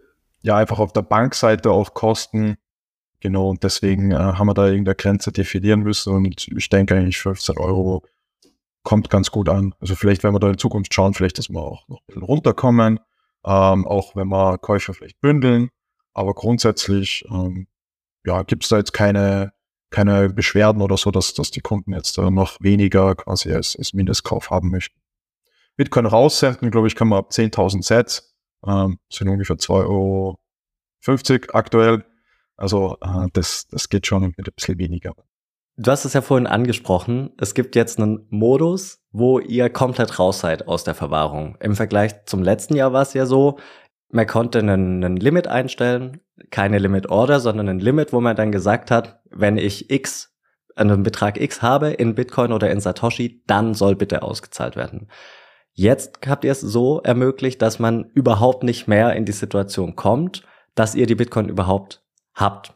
ja einfach auf der Bankseite auch Kosten. Genau, und deswegen äh, haben wir da irgendeine Grenze definieren müssen, und ich denke eigentlich fünfzehn Euro kommt ganz gut an. Also vielleicht, wenn wir da in Zukunft schauen, vielleicht, dass wir auch noch ein bisschen runterkommen, ähm, auch wenn wir Käufer vielleicht bündeln, aber grundsätzlich ähm, ja, gibt es da jetzt keine, keine Beschwerden oder so, dass, dass die Kunden jetzt äh, noch weniger quasi als, als Mindestkauf haben möchten. Bitcoin raussenden, glaube ich, kann man ab zehntausend Sats, ähm, sind ungefähr zwei Euro fünfzig aktuell. Also äh, das, das geht schon mit ein bisschen weniger. Du hast es ja vorhin angesprochen, es gibt jetzt einen Modus, wo ihr komplett raus seid aus der Verwahrung. Im Vergleich zum letzten Jahr war es ja so, man konnte einen, einen Limit einstellen, keine Limit Order, sondern ein Limit, wo man dann gesagt hat, wenn ich X, einen Betrag X habe in Bitcoin oder in Satoshi, dann soll bitte ausgezahlt werden. Jetzt habt ihr es so ermöglicht, dass man überhaupt nicht mehr in die Situation kommt, dass ihr die Bitcoin überhaupt habt.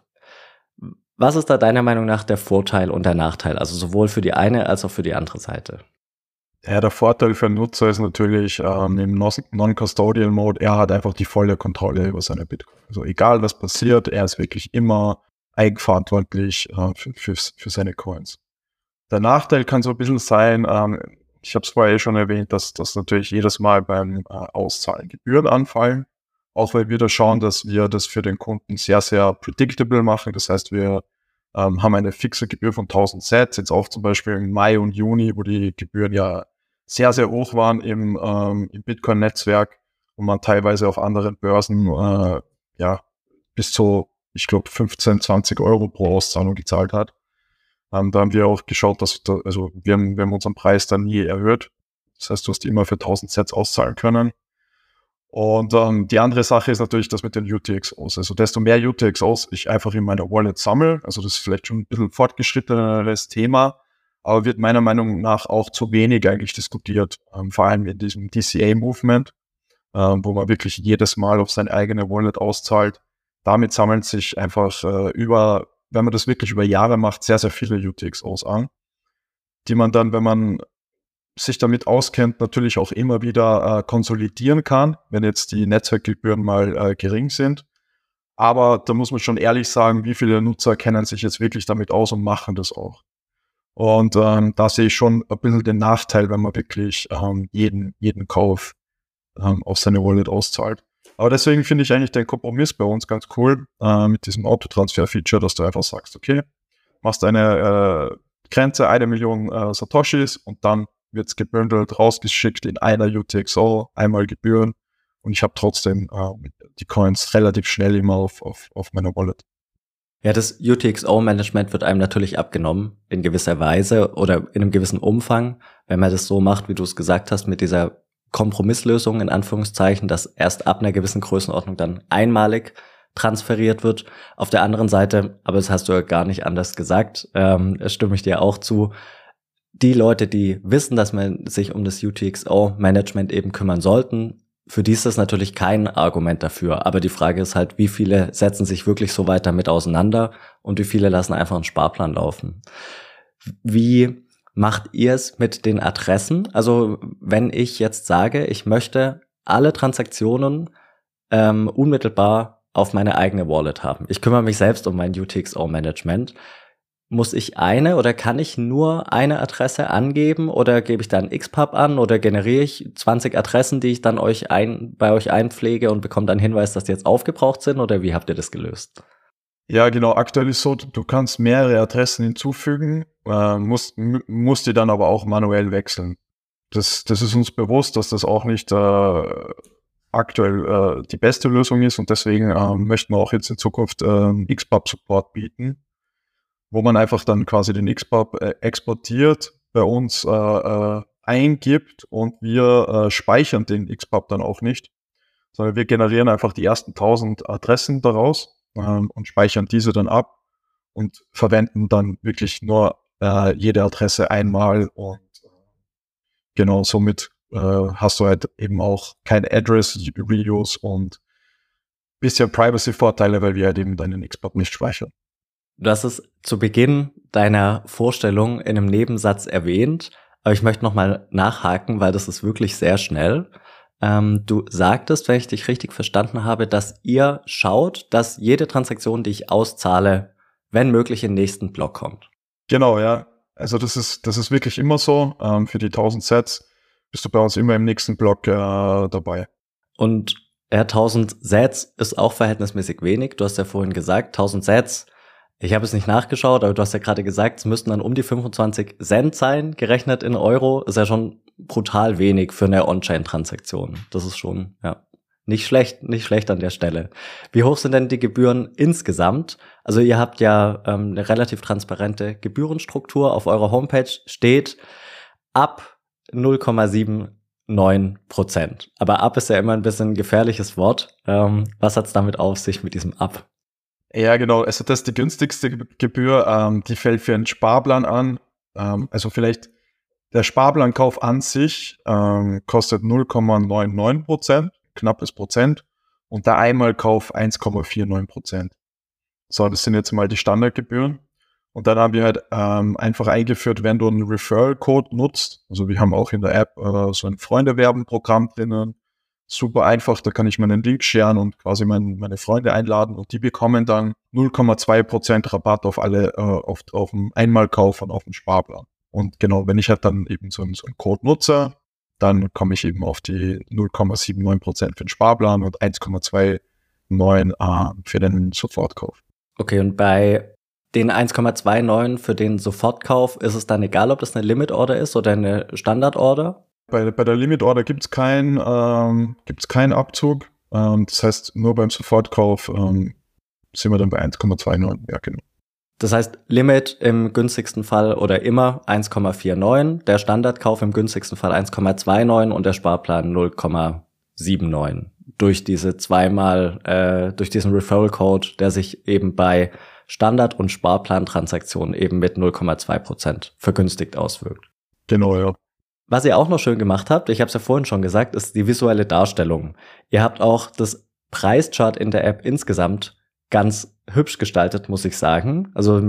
Was ist da deiner Meinung nach der Vorteil und der Nachteil? Also sowohl für die eine als auch für die andere Seite. Ja, der Vorteil für den Nutzer ist natürlich ähm, im Non-Custodial Mode, er hat einfach die volle Kontrolle über seine Bitcoin. Also egal was passiert, er ist wirklich immer eigenverantwortlich äh, für, für, für seine Coins. Der Nachteil kann so ein bisschen sein, ähm, ich habe es vorher schon erwähnt, dass, dass natürlich jedes Mal beim äh, Auszahlen Gebühren anfallen. Auch weil wir da schauen, dass wir das für den Kunden sehr, sehr predictable machen. Das heißt, wir ähm, haben eine fixe Gebühr von tausend Sats, jetzt auch zum Beispiel im Mai und Juni, wo die Gebühren ja sehr, sehr hoch waren im, ähm, im Bitcoin-Netzwerk und man teilweise auf anderen Börsen äh, ja bis zu, ich glaube, fünfzehn, zwanzig Euro pro Auszahlung gezahlt hat. Ähm, da haben wir auch geschaut, dass da, also wir haben, wir haben unseren Preis dann nie erhöht. Das heißt, du hast immer für tausend Sats auszahlen können. Und ähm, die andere Sache ist natürlich das mit den U T X Os. Also desto mehr U T X Os ich einfach in meiner Wallet sammle, also das ist vielleicht schon ein bisschen fortgeschritteneres Thema, aber wird meiner Meinung nach auch zu wenig eigentlich diskutiert, ähm, vor allem in diesem D C A-Movement, ähm, wo man wirklich jedes Mal auf seine eigene Wallet auszahlt. Damit sammeln sich einfach äh, über, wenn man das wirklich über Jahre macht, sehr, sehr viele U T X Os an, die man dann, wenn man sich damit auskennt, natürlich auch immer wieder äh, konsolidieren kann, wenn jetzt die Netzwerkgebühren mal äh, gering sind. Aber da muss man schon ehrlich sagen, wie viele Nutzer kennen sich jetzt wirklich damit aus und machen das auch. Und ähm, da sehe ich schon ein bisschen den Nachteil, wenn man wirklich ähm, jeden, jeden Kauf ähm, auf seine Wallet auszahlt. Aber deswegen finde ich eigentlich den Kompromiss bei uns ganz cool äh, mit diesem Autotransfer-Feature, dass du einfach sagst, okay, machst eine äh, Grenze, eine Million äh, Satoshis und dann wird es gebündelt, rausgeschickt in einer U T X O, einmal Gebühren und ich habe trotzdem äh, die Coins relativ schnell immer auf, auf, auf meiner Wallet. Ja, das U T X O-Management wird einem natürlich abgenommen, in gewisser Weise oder in einem gewissen Umfang, wenn man das so macht, wie du es gesagt hast, mit dieser Kompromisslösung in Anführungszeichen, dass erst ab einer gewissen Größenordnung dann einmalig transferiert wird. Auf der anderen Seite, aber das hast du ja gar nicht anders gesagt, ähm, stimme ich dir auch zu, die Leute, die wissen, dass man sich um das U T X O-Management eben kümmern sollten, für die ist das natürlich kein Argument dafür. Aber die Frage ist halt, wie viele setzen sich wirklich so weit damit auseinander und wie viele lassen einfach einen Sparplan laufen. Wie macht ihr es mit den Adressen? Also wenn ich jetzt sage, ich möchte alle Transaktionen ähm, unmittelbar auf meine eigene Wallet haben. Ich kümmere mich selbst um mein U T X O-Management. muss ich eine oder kann ich nur eine Adresse angeben oder gebe ich dann X Pub an oder generiere ich zwanzig Adressen, die ich dann euch ein, bei euch einpflege und bekomme dann Hinweis, dass die jetzt aufgebraucht sind, oder wie habt ihr das gelöst? Ja, genau. Aktuell ist so, du kannst mehrere Adressen hinzufügen, äh, musst, m- musst die dann aber auch manuell wechseln. Das, das ist uns bewusst, dass das auch nicht äh, aktuell äh, die beste Lösung ist, und deswegen äh, möchten wir auch jetzt in Zukunft äh, X Pub Support bieten, wo man einfach dann quasi den X Pub äh, exportiert, bei uns äh, äh, eingibt, und wir äh, speichern den X Pub dann auch nicht, sondern wir generieren einfach die ersten tausend Adressen daraus ähm, und speichern diese dann ab und verwenden dann wirklich nur äh, jede Adresse einmal, und äh, genau somit äh, hast du halt eben auch kein Address-Reuse und bisschen Privacy-Vorteile, weil wir halt eben deinen X Pub nicht speichern. Du hast es zu Beginn deiner Vorstellung in einem Nebensatz erwähnt, aber ich möchte nochmal nachhaken, weil das ist wirklich sehr schnell. Ähm, du sagtest, wenn ich dich richtig verstanden habe, dass ihr schaut, dass jede Transaktion, die ich auszahle, wenn möglich in den nächsten Block kommt. Genau, ja. Also das ist, das ist wirklich immer so. Ähm, für die tausend Sets bist du bei uns immer im nächsten Block äh, dabei. Und ja, tausend Sets ist auch verhältnismäßig wenig. Du hast ja vorhin gesagt, tausend Sets. Ich habe es nicht nachgeschaut, aber du hast ja gerade gesagt, es müssten dann um die fünfundzwanzig Cent sein, gerechnet in Euro. Ist ja schon brutal wenig für eine On-Chain-Transaktion. Das ist schon, ja, nicht schlecht, nicht schlecht an der Stelle. Wie hoch sind denn die Gebühren insgesamt? Also ihr habt ja ähm, eine relativ transparente Gebührenstruktur. Auf eurer Homepage steht ab null Komma neunundsiebzig Prozent. Aber ab ist ja immer ein bisschen ein gefährliches Wort. Ähm, was hat's damit auf sich mit diesem ab? Ja, genau. Also das ist die günstigste Ge- Gebühr. Ähm, die fällt für einen Sparplan an. Ähm, also vielleicht der Sparplankauf an sich ähm, kostet null Komma neunundneunzig Prozent, knappes Prozent, und der Einmalkauf eins Komma neunundvierzig Prozent. So, das sind jetzt mal die Standardgebühren. Und dann haben wir halt ähm, einfach eingeführt, wenn du einen Referral-Code nutzt. Also wir haben auch in der App äh, so ein Freunde-Werben-Programm drinnen. Super einfach, da kann ich meinen Link sharen und quasi mein, meine Freunde einladen, und die bekommen dann null Komma zwei Prozent Rabatt auf alle, äh, auf, auf den Einmalkauf und auf den Sparplan. Und genau, wenn ich halt dann eben so, einen- so einen Code nutze, dann komme ich eben auf die null Komma neunundsiebzig Prozent für den Sparplan und eins Komma neunundzwanzig äh, für den Sofortkauf. Okay, und bei den eins Komma neunundzwanzig für den Sofortkauf ist es dann egal, ob das eine Limit-Order ist oder eine Standard-Order? Bei, bei der Limit-Order gibt es kein, ähm, gibt's keinen Abzug. Ähm, das heißt, nur beim Sofortkauf ähm, sind wir dann bei eins Komma neunundzwanzig. Ja, genau. Das heißt, Limit im günstigsten Fall oder immer eins Komma neunundvierzig, der Standardkauf im günstigsten Fall eins Komma neunundzwanzig und der Sparplan null Komma neunundsiebzig. Durch diese zweimal, äh, durch diesen Referral-Code, der sich eben bei Standard- und Sparplan-Transaktionen eben mit null Komma zwei Prozent vergünstigt auswirkt. Genau, ja. Was ihr auch noch schön gemacht habt, ich habe es ja vorhin schon gesagt, ist die visuelle Darstellung. Ihr habt auch das Preischart in der App insgesamt ganz hübsch gestaltet, muss ich sagen. Also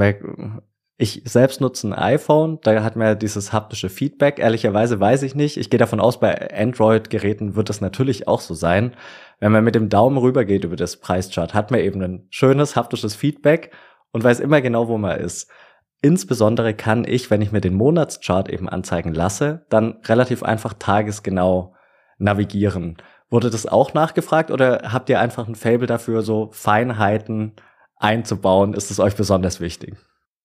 ich selbst nutze ein iPhone, da hat man ja dieses haptische Feedback. Ehrlicherweise weiß ich nicht. Ich gehe davon aus, bei Android-Geräten wird das natürlich auch so sein. Wenn man mit dem Daumen rübergeht über das Preischart, hat man eben ein schönes haptisches Feedback und weiß immer genau, wo man ist. Insbesondere kann ich, wenn ich mir den Monatschart eben anzeigen lasse, dann relativ einfach tagesgenau navigieren. Wurde das auch nachgefragt oder habt ihr einfach ein Faible dafür, so Feinheiten einzubauen? Ist es euch besonders wichtig?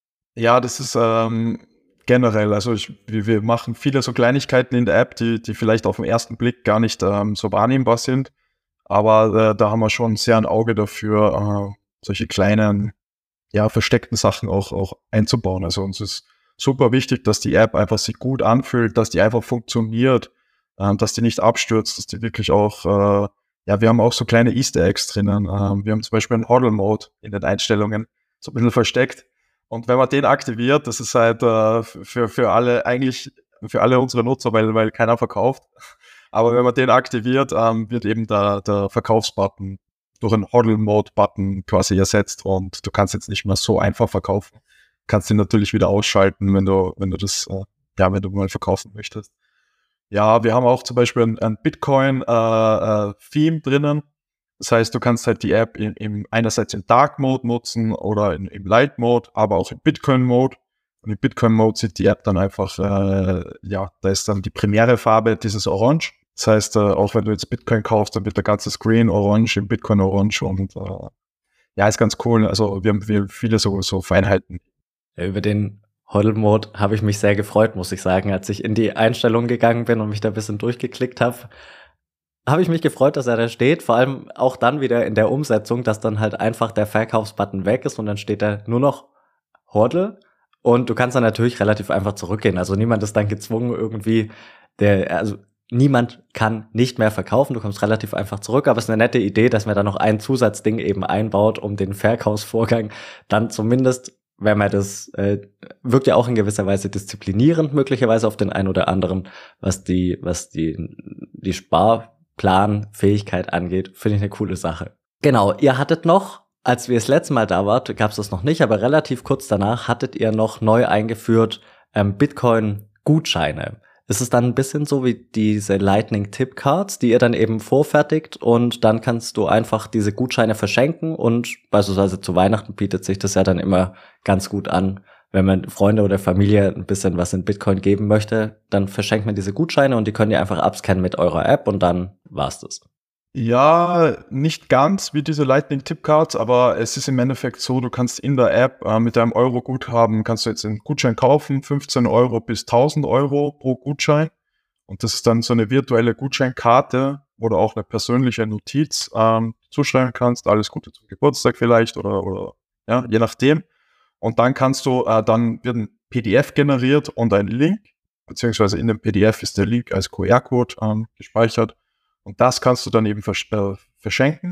Ja, das ist ähm, generell, also ich, wir, wir machen viele so Kleinigkeiten in der App, die, die vielleicht auf den ersten Blick gar nicht ähm, so wahrnehmbar sind, aber äh, da haben wir schon sehr ein Auge dafür, äh, solche kleinen, ja, versteckten Sachen auch, auch einzubauen. Also uns ist super wichtig, dass die App einfach sich gut anfühlt, dass die einfach funktioniert, äh, dass die nicht abstürzt, dass die wirklich auch, äh, ja, wir haben auch so kleine Easter Eggs drinnen. Äh, wir haben zum Beispiel einen Hodl-Mode in den Einstellungen, so ein bisschen versteckt. Und wenn man den aktiviert, das ist halt äh, für, für alle, eigentlich für alle unsere Nutzer, weil, weil keiner verkauft. Aber wenn man den aktiviert, ähm, wird eben der, der Verkaufsbutton durch einen Hodl-Mode-Button quasi ersetzt, und du kannst jetzt nicht mehr so einfach verkaufen. Kannst ihn natürlich wieder ausschalten, wenn du, wenn du das, äh, ja, wenn du mal verkaufen möchtest. Ja, wir haben auch zum Beispiel ein, ein Bitcoin-Theme äh, äh, drinnen. Das heißt, du kannst halt die App in, in einerseits in Dark Mode nutzen oder in, im Light Mode, aber auch im Bitcoin Mode. Und im Bitcoin Mode sieht die App dann einfach, äh, ja, da ist dann die primäre Farbe dieses Orange. Das heißt, äh, auch wenn du jetzt Bitcoin kaufst, dann wird der ganze Screen orange, im Bitcoin orange und äh, ja, ist ganz cool. Also wir haben wir viele so, so Feinheiten. Ja, über den Hodl-Mode habe ich mich sehr gefreut, muss ich sagen, als ich in die Einstellungen gegangen bin und mich da ein bisschen durchgeklickt habe. Habe ich mich gefreut, dass er da steht, vor allem auch dann wieder in der Umsetzung, dass dann halt einfach der Verkaufsbutton weg ist und dann steht da nur noch Hodl und du kannst dann natürlich relativ einfach zurückgehen. Also niemand ist dann gezwungen irgendwie, der, also niemand kann nicht mehr verkaufen, du kommst relativ einfach zurück, aber es ist eine nette Idee, dass man da noch ein Zusatzding eben einbaut, um den Verkaufsvorgang dann zumindest, wenn man das, äh, wirkt ja auch in gewisser Weise disziplinierend möglicherweise auf den einen oder anderen, was die, was die, die Sparplanfähigkeit angeht, finde ich eine coole Sache. Genau, ihr hattet noch, als wir das letzte Mal da wart, gab es das noch nicht, aber relativ kurz danach hattet ihr noch neu eingeführt ähm, Bitcoin-Gutscheine. Es ist dann ein bisschen so wie diese Lightning-Tip-Cards, die ihr dann eben vorfertigt und dann kannst du einfach diese Gutscheine verschenken und beispielsweise zu Weihnachten bietet sich das ja dann immer ganz gut an. Wenn man Freunde oder Familie ein bisschen was in Bitcoin geben möchte, dann verschenkt man diese Gutscheine und die könnt ihr einfach abscannen mit eurer App und dann war's das. Ja, nicht ganz wie diese Lightning-Tip-Cards, aber es ist im Endeffekt so, du kannst in der App äh, mit deinem Euro-Guthaben, kannst du jetzt einen Gutschein kaufen, fünfzehn Euro bis tausend Euro pro Gutschein. Und das ist dann so eine virtuelle Gutscheinkarte, wo du auch eine persönliche Notiz ähm, zuschreiben kannst, alles Gute zum Geburtstag vielleicht oder, oder ja, je nachdem. Und dann kannst du, äh, dann wird ein P D F generiert und ein Link, beziehungsweise in dem P D F ist der Link als Q R-Code ähm, gespeichert. Und das kannst du dann eben versch- äh, verschenken.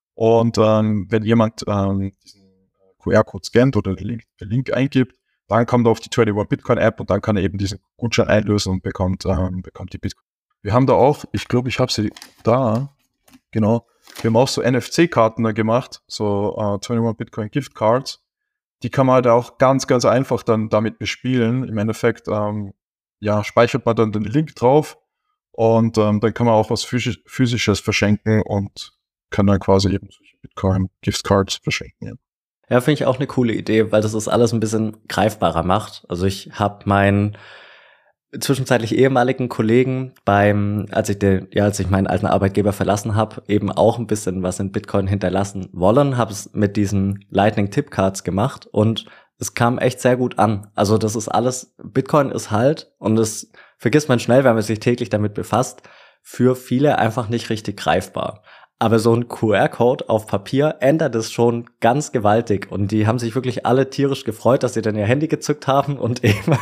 Und ähm, wenn jemand ähm, diesen Q R-Code scannt oder den Link, den Link eingibt, dann kommt er auf die einundzwanzig Bitcoin-App und dann kann er eben diesen Gutschein einlösen und bekommt, ähm, bekommt die Bitcoin. Wir haben da auch, ich glaube, ich habe sie da, genau, wir haben auch so N F C-Karten da gemacht, so äh, einundzwanzig Bitcoin Gift Cards. Die kann man halt auch ganz, ganz einfach dann damit bespielen. Im Endeffekt, ähm, ja, speichert man dann den Link drauf. Und ähm, dann kann man auch was Physisch- Physisches verschenken und kann dann quasi eben solche Bitcoin-Gift-Cards verschenken. Ja, Ja, finde ich auch eine coole Idee, weil das das alles ein bisschen greifbarer macht. Also ich habe meinen zwischenzeitlich ehemaligen Kollegen beim, als ich den, ja, als ich meinen alten Arbeitgeber verlassen habe, eben auch ein bisschen was in Bitcoin hinterlassen wollen, habe es mit diesen Lightning-Tip-Cards gemacht und es kam echt sehr gut an. Also das ist alles, Bitcoin ist halt, und das vergisst man schnell, wenn man sich täglich damit befasst, für viele einfach nicht richtig greifbar. Aber so ein Q R-Code auf Papier ändert es schon ganz gewaltig. Und die haben sich wirklich alle tierisch gefreut, dass sie dann ihr Handy gezückt haben und eben,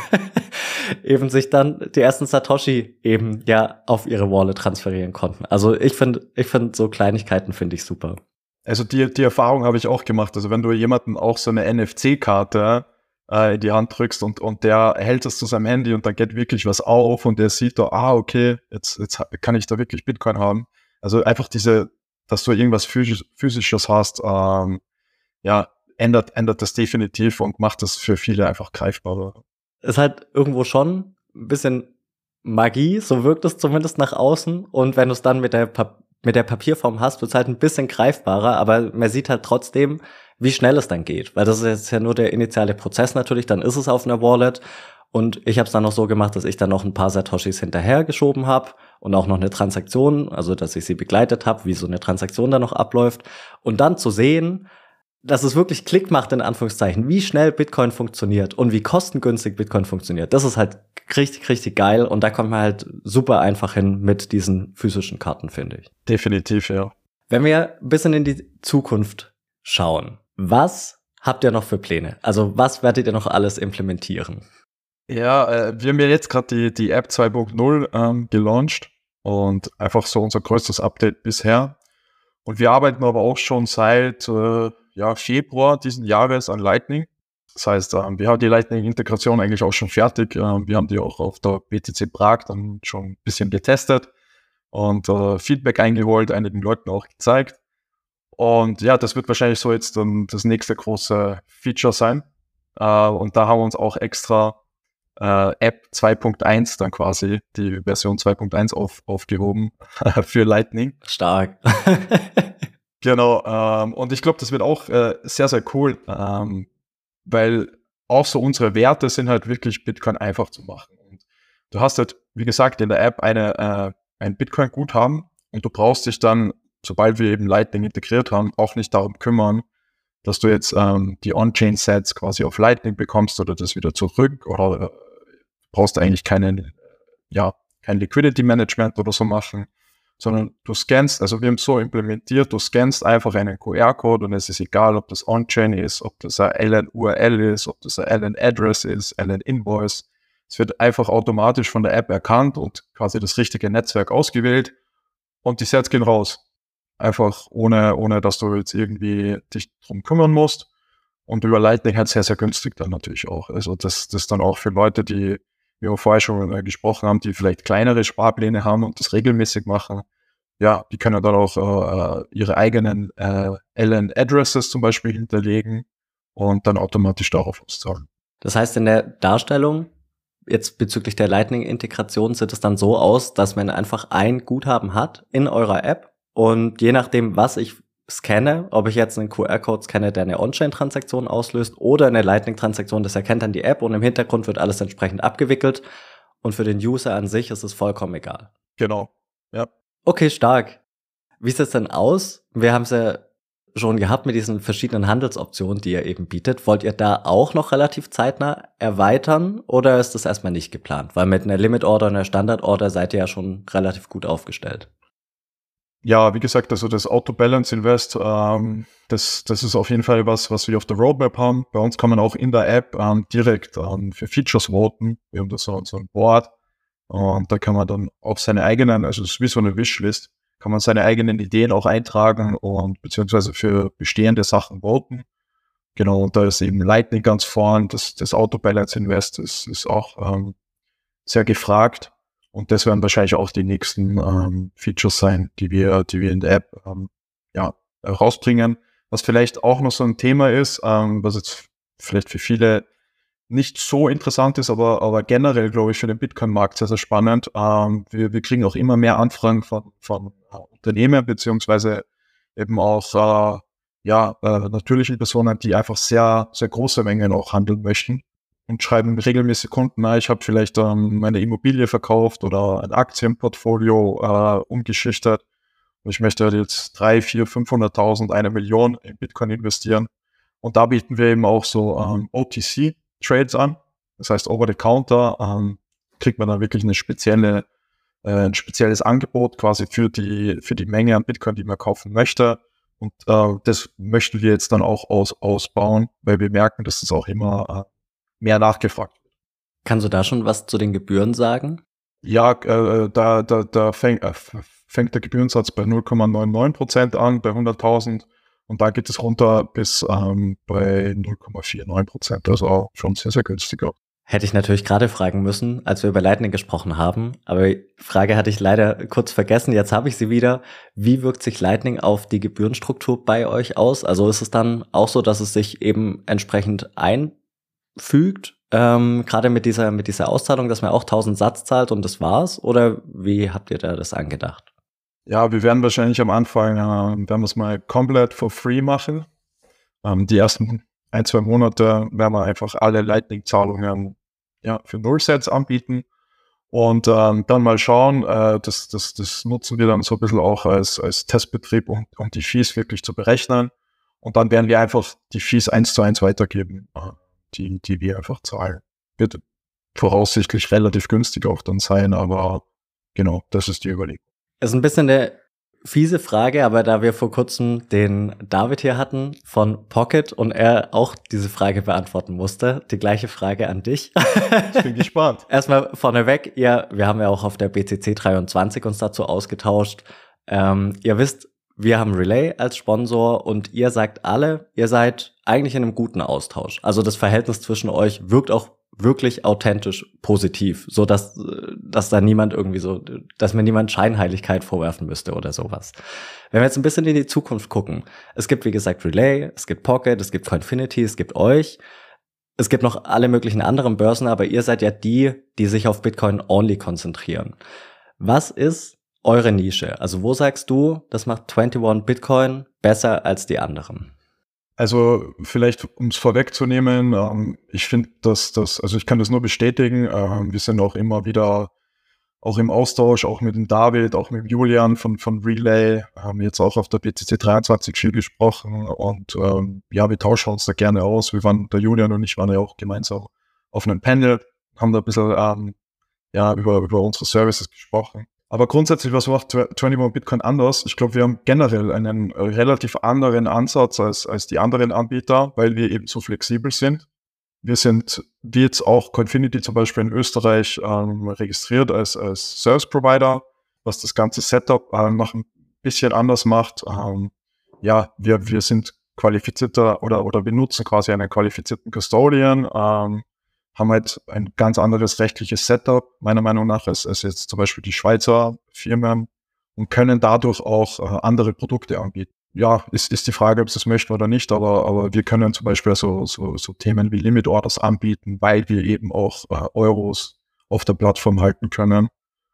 eben sich dann die ersten Satoshi eben ja auf ihre Wallet transferieren konnten. Also ich finde, ich finde so Kleinigkeiten finde ich super. Also die, die Erfahrung habe ich auch gemacht. Also wenn du jemanden auch so eine N F C-Karte äh, in die Hand drückst und, und der hält das zu seinem Handy und dann geht wirklich was auf und der sieht da, ah, okay, jetzt, jetzt kann ich da wirklich Bitcoin haben. Also einfach diese, dass du irgendwas Physisch, Physisches hast, ähm, ja, ändert, ändert das definitiv und macht das für viele einfach greifbarer. Ist halt irgendwo schon ein bisschen Magie, so wirkt es zumindest nach außen. Und wenn du es dann mit der Pap- mit der Papierform hast, wird es halt ein bisschen greifbarer, aber man sieht halt trotzdem, wie schnell es dann geht. Weil das ist jetzt ja nur der initiale Prozess natürlich, dann ist es auf einer Wallet. Und ich habe es dann noch so gemacht, dass ich dann noch ein paar Satoshis hinterher geschoben habe und auch noch eine Transaktion, also dass ich sie begleitet habe, wie so eine Transaktion dann noch abläuft. Und dann zu sehen, dass es wirklich Klick macht, in Anführungszeichen, wie schnell Bitcoin funktioniert und wie kostengünstig Bitcoin funktioniert. Das ist halt richtig, richtig geil und da kommt man halt super einfach hin mit diesen physischen Karten, finde ich. Definitiv, ja. Wenn wir ein bisschen in die Zukunft schauen, was habt ihr noch für Pläne? Also was werdet ihr noch alles implementieren? Ja, äh, wir haben ja jetzt gerade die, die App zwei Punkt null ähm, gelauncht und einfach so unser größtes Update bisher. Und wir arbeiten aber auch schon seit äh, ja, Februar diesen Jahres an Lightning. Das heißt, ähm, wir haben die Lightning-Integration eigentlich auch schon fertig. Ähm, wir haben die auch auf der B T C Prag dann schon ein bisschen getestet und äh, Feedback eingeholt, einigen Leuten auch gezeigt. Und ja, das wird wahrscheinlich so jetzt dann das nächste große Feature sein. Äh, und da haben wir uns auch extra äh, App zwei Punkt eins dann quasi, die Version zwei Punkt eins auf, aufgehoben für Lightning. Stark. Genau, ähm, und ich glaube, das wird auch äh, sehr, sehr cool, ähm, weil auch so unsere Werte sind halt wirklich Bitcoin einfach zu machen. Und du hast halt, wie gesagt, in der App eine, äh, ein Bitcoin-Guthaben und du brauchst dich dann, sobald wir eben Lightning integriert haben, auch nicht darum kümmern, dass du jetzt ähm, die On-Chain-Sets quasi auf Lightning bekommst oder das wieder zurück oder äh, brauchst eigentlich keinen, ja, kein Liquidity-Management oder so machen, sondern du scannst, also wir haben es so implementiert, du scannst einfach einen Q R-Code und es ist egal, ob das On-Chain ist, ob das ein L N-U R L ist, ob das ein L N-Address ist, L N-Invoice. Es wird einfach automatisch von der App erkannt und quasi das richtige Netzwerk ausgewählt und die Sets gehen raus. Einfach ohne, ohne dass du jetzt irgendwie dich drum kümmern musst. Und über Lightning halt sehr, sehr günstig dann natürlich auch. Also das, das dann auch für Leute, die, wie wir vorher schon äh, gesprochen haben, die vielleicht kleinere Sparpläne haben und das regelmäßig machen. Ja, die können dann auch äh, ihre eigenen äh, L N-Addresses zum Beispiel hinterlegen und dann automatisch darauf auszahlen. Das heißt, in der Darstellung jetzt bezüglich der Lightning-Integration sieht es dann so aus, dass man einfach ein Guthaben hat in eurer App und je nachdem, was ich scanne, ob ich jetzt einen Q R-Code scanne, der eine On-Chain-Transaktion auslöst oder eine Lightning-Transaktion, das erkennt dann die App und im Hintergrund wird alles entsprechend abgewickelt und für den User an sich ist es vollkommen egal. Genau, ja. Okay, stark. Wie sieht es denn aus? Wir haben es ja schon gehabt mit diesen verschiedenen Handelsoptionen, die ihr eben bietet. Wollt ihr da auch noch relativ zeitnah erweitern oder ist das erstmal nicht geplant? Weil mit einer Limit-Order und einer Standard-Order seid ihr ja schon relativ gut aufgestellt. Ja, wie gesagt, also das Auto-Balance-Invest, ähm, das, das ist auf jeden Fall was, was wir auf der Roadmap haben. Bei uns kann man auch in der App ähm, direkt ähm, für Features voten. Wir haben da so, so ein Board und da kann man dann auf seine eigenen, also es ist wie so eine Wishlist, kann man seine eigenen Ideen auch eintragen und beziehungsweise für bestehende Sachen voten. Genau, und da ist eben Lightning ganz vorn. Das, das Auto-Balance-Invest ist, ist auch ähm, sehr gefragt. Und das werden wahrscheinlich auch die nächsten ähm, Features sein, die wir, die wir in der App ähm, ja, rausbringen. Was vielleicht auch noch so ein Thema ist, ähm, was jetzt vielleicht für viele nicht so interessant ist, aber, aber generell, glaube ich, für den Bitcoin-Markt sehr, sehr spannend. Ähm, wir, wir kriegen auch immer mehr Anfragen von, von äh, Unternehmen, beziehungsweise eben auch äh, ja, äh, natürlichen Personen, die einfach sehr, sehr große Mengen auch handeln möchten. Und schreiben regelmäßig Kunden, na, ich habe vielleicht ähm, meine Immobilie verkauft oder ein Aktienportfolio äh, umgeschichtet. Und ich möchte jetzt drei, vier, fünfhunderttausend, eine Million in Bitcoin investieren. Und da bieten wir eben auch so ähm, O T C-Trades an. Das heißt, over the counter ähm, kriegt man dann wirklich eine spezielle, äh, ein spezielles Angebot quasi für die, für die Menge an Bitcoin, die man kaufen möchte. Und äh, das möchten wir jetzt dann auch aus, ausbauen, weil wir merken, dass es auch immer äh, mehr nachgefragt wird. Kannst du da schon was zu den Gebühren sagen? Ja, äh, da, da, da fäng, äh, fängt der Gebührensatz bei null Komma neunundneunzig Prozent an, bei hunderttausend und da geht es runter bis ähm, bei null Komma neunundvierzig Prozent, also auch schon sehr, sehr günstiger. Hätte ich natürlich gerade fragen müssen, als wir über Lightning gesprochen haben, aber die Frage hatte ich leider kurz vergessen, jetzt habe ich sie wieder. Wie wirkt sich Lightning auf die Gebührenstruktur bei euch aus? Also ist es dann auch so, dass es sich eben entsprechend ein fügt, ähm, gerade mit dieser mit dieser Auszahlung, dass man auch tausend Satz zahlt und das war's? Oder wie habt ihr da das angedacht? Ja, wir werden wahrscheinlich am Anfang, äh, werden wir es mal komplett for free machen. Ähm, die ersten ein, zwei Monate werden wir einfach alle Lightning-Zahlungen ja, für Null-Sets anbieten und ähm, dann mal schauen, äh, das, das, das nutzen wir dann so ein bisschen auch als, als Testbetrieb, um, um die Fees wirklich zu berechnen und dann werden wir einfach die Fees eins zu eins weitergeben. Äh, Die, die wir einfach zahlen. Wird voraussichtlich relativ günstig auch dann sein, aber genau, das ist die Überlegung. Ist ein bisschen eine fiese Frage, aber da wir vor kurzem den David hier hatten von Pocket und er auch diese Frage beantworten musste, die gleiche Frage an dich. Ich bin gespannt. Erstmal vorneweg, ihr, wir haben ja auch auf der B C C dreiundzwanzig uns dazu ausgetauscht. Ähm, ihr wisst, wir haben Relay als Sponsor und ihr sagt alle, ihr seid eigentlich in einem guten Austausch. Also das Verhältnis zwischen euch wirkt auch wirklich authentisch positiv, so dass dass da niemand irgendwie so, dass mir niemand Scheinheiligkeit vorwerfen müsste oder sowas. Wenn wir jetzt ein bisschen in die Zukunft gucken, es gibt wie gesagt Relay, es gibt Pocket, es gibt Coinfinity, es gibt euch, es gibt noch alle möglichen anderen Börsen, aber ihr seid ja die, die sich auf Bitcoin only konzentrieren. Was ist eure Nische? Also wo sagst du, das macht einundzwanzig Bitcoin besser als die anderen? Also vielleicht, um es vorwegzunehmen, ähm, ich finde, dass das, also ich kann das nur bestätigen, äh, wir sind auch immer wieder auch im Austausch, auch mit dem David, auch mit dem Julian von, von Relay, haben jetzt auch auf der B T C dreiundzwanzig viel gesprochen und ähm, ja, wir tauschen uns da gerne aus. Wir waren, der Julian und ich waren ja auch gemeinsam auf einem Panel, haben da ein bisschen ähm, ja, über, über unsere Services gesprochen. Aber grundsätzlich, was macht einundzwanzig Bitcoin anders? Ich glaube, wir haben generell einen relativ anderen Ansatz als, als die anderen Anbieter, weil wir eben so flexibel sind. Wir sind, wie jetzt auch Coinfinity zum Beispiel in Österreich, ähm, registriert als, als Service Provider, was das ganze Setup äh, noch ein bisschen anders macht. Ähm, ja, wir, wir sind qualifizierter oder, oder wir nutzen quasi einen qualifizierten Custodian, ähm, haben halt ein ganz anderes rechtliches Setup, meiner Meinung nach, als, als jetzt zum Beispiel die Schweizer Firmen und können dadurch auch äh, andere Produkte anbieten. Ja, ist, ist die Frage, ob sie es möchten oder nicht, aber, aber wir können zum Beispiel so, so, so Themen wie Limit Orders anbieten, weil wir eben auch äh, Euros auf der Plattform halten können.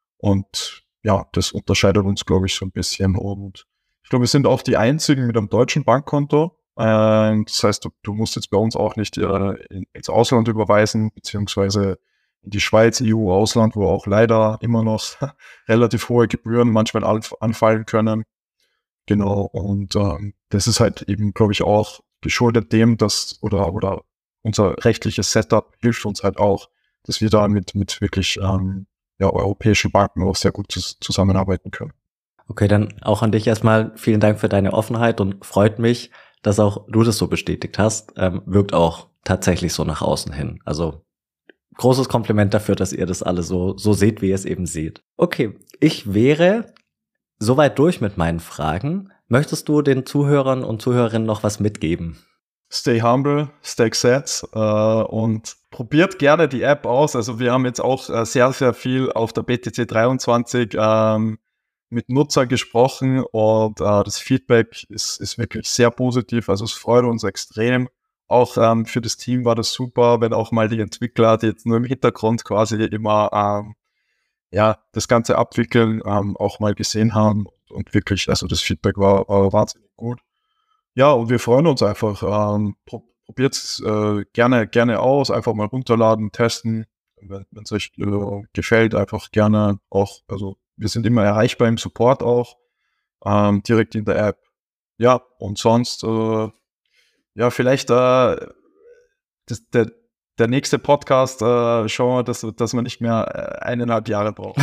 Und ja, das unterscheidet uns, glaube ich, so ein bisschen. Und ich glaube, wir sind auch die einzigen mit einem deutschen Bankkonto. Äh, das heißt, du, du musst jetzt bei uns auch nicht äh, in, ins Ausland überweisen, beziehungsweise in die Schweiz, E U-Ausland, wo auch leider immer noch relativ hohe Gebühren manchmal anf- anfallen können. Genau, und ähm, das ist halt eben, glaube ich, auch geschuldet dem, dass, oder oder unser rechtliches Setup hilft uns halt auch, dass wir da mit, mit wirklich ähm, ja, europäischen Banken auch sehr gut zus- zusammenarbeiten können. Okay, dann auch an dich erstmal vielen Dank für deine Offenheit und freut mich, dass auch du das so bestätigt hast. Ähm, wirkt auch tatsächlich so nach außen hin. Also großes Kompliment dafür, dass ihr das alle so, so seht, wie ihr es eben seht. Okay, ich wäre soweit durch mit meinen Fragen. Möchtest du den Zuhörern und Zuhörerinnen noch was mitgeben? Stay humble, stay set äh, und probiert gerne die App aus. Also wir haben jetzt auch äh, sehr, sehr viel auf der B T C dreiundzwanzig ähm, mit Nutzern gesprochen und äh, das Feedback ist, ist wirklich sehr positiv. Also es freut uns extrem. Auch ähm, für das Team war das super, wenn auch mal die Entwickler, die jetzt nur im Hintergrund quasi immer ähm, ja, das Ganze abwickeln, ähm, auch mal gesehen haben und wirklich, also das Feedback war, war wahnsinnig gut. Ja, und wir freuen uns einfach, ähm, pro, probiert es äh, gerne, gerne aus, einfach mal runterladen, testen, wenn es euch äh, gefällt, einfach gerne auch, also wir sind immer erreichbar im Support auch, ähm, direkt in der App. Ja, und sonst, äh, ja, vielleicht äh, das, der, der nächste Podcast, äh, schauen wir, dass, dass man nicht mehr äh, eineinhalb Jahre braucht.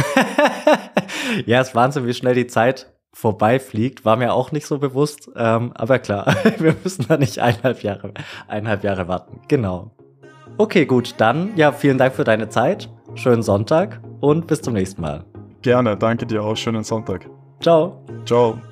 Ja, es ist Wahnsinn, wie schnell die Zeit vorbeifliegt. War mir auch nicht so bewusst. Ähm, aber klar, wir müssen da nicht eineinhalb Jahre, eineinhalb Jahre warten. Genau. Okay, gut. Dann, ja, vielen Dank für deine Zeit. Schönen Sonntag und bis zum nächsten Mal. Gerne, danke dir auch. Schönen Sonntag. Ciao. Ciao.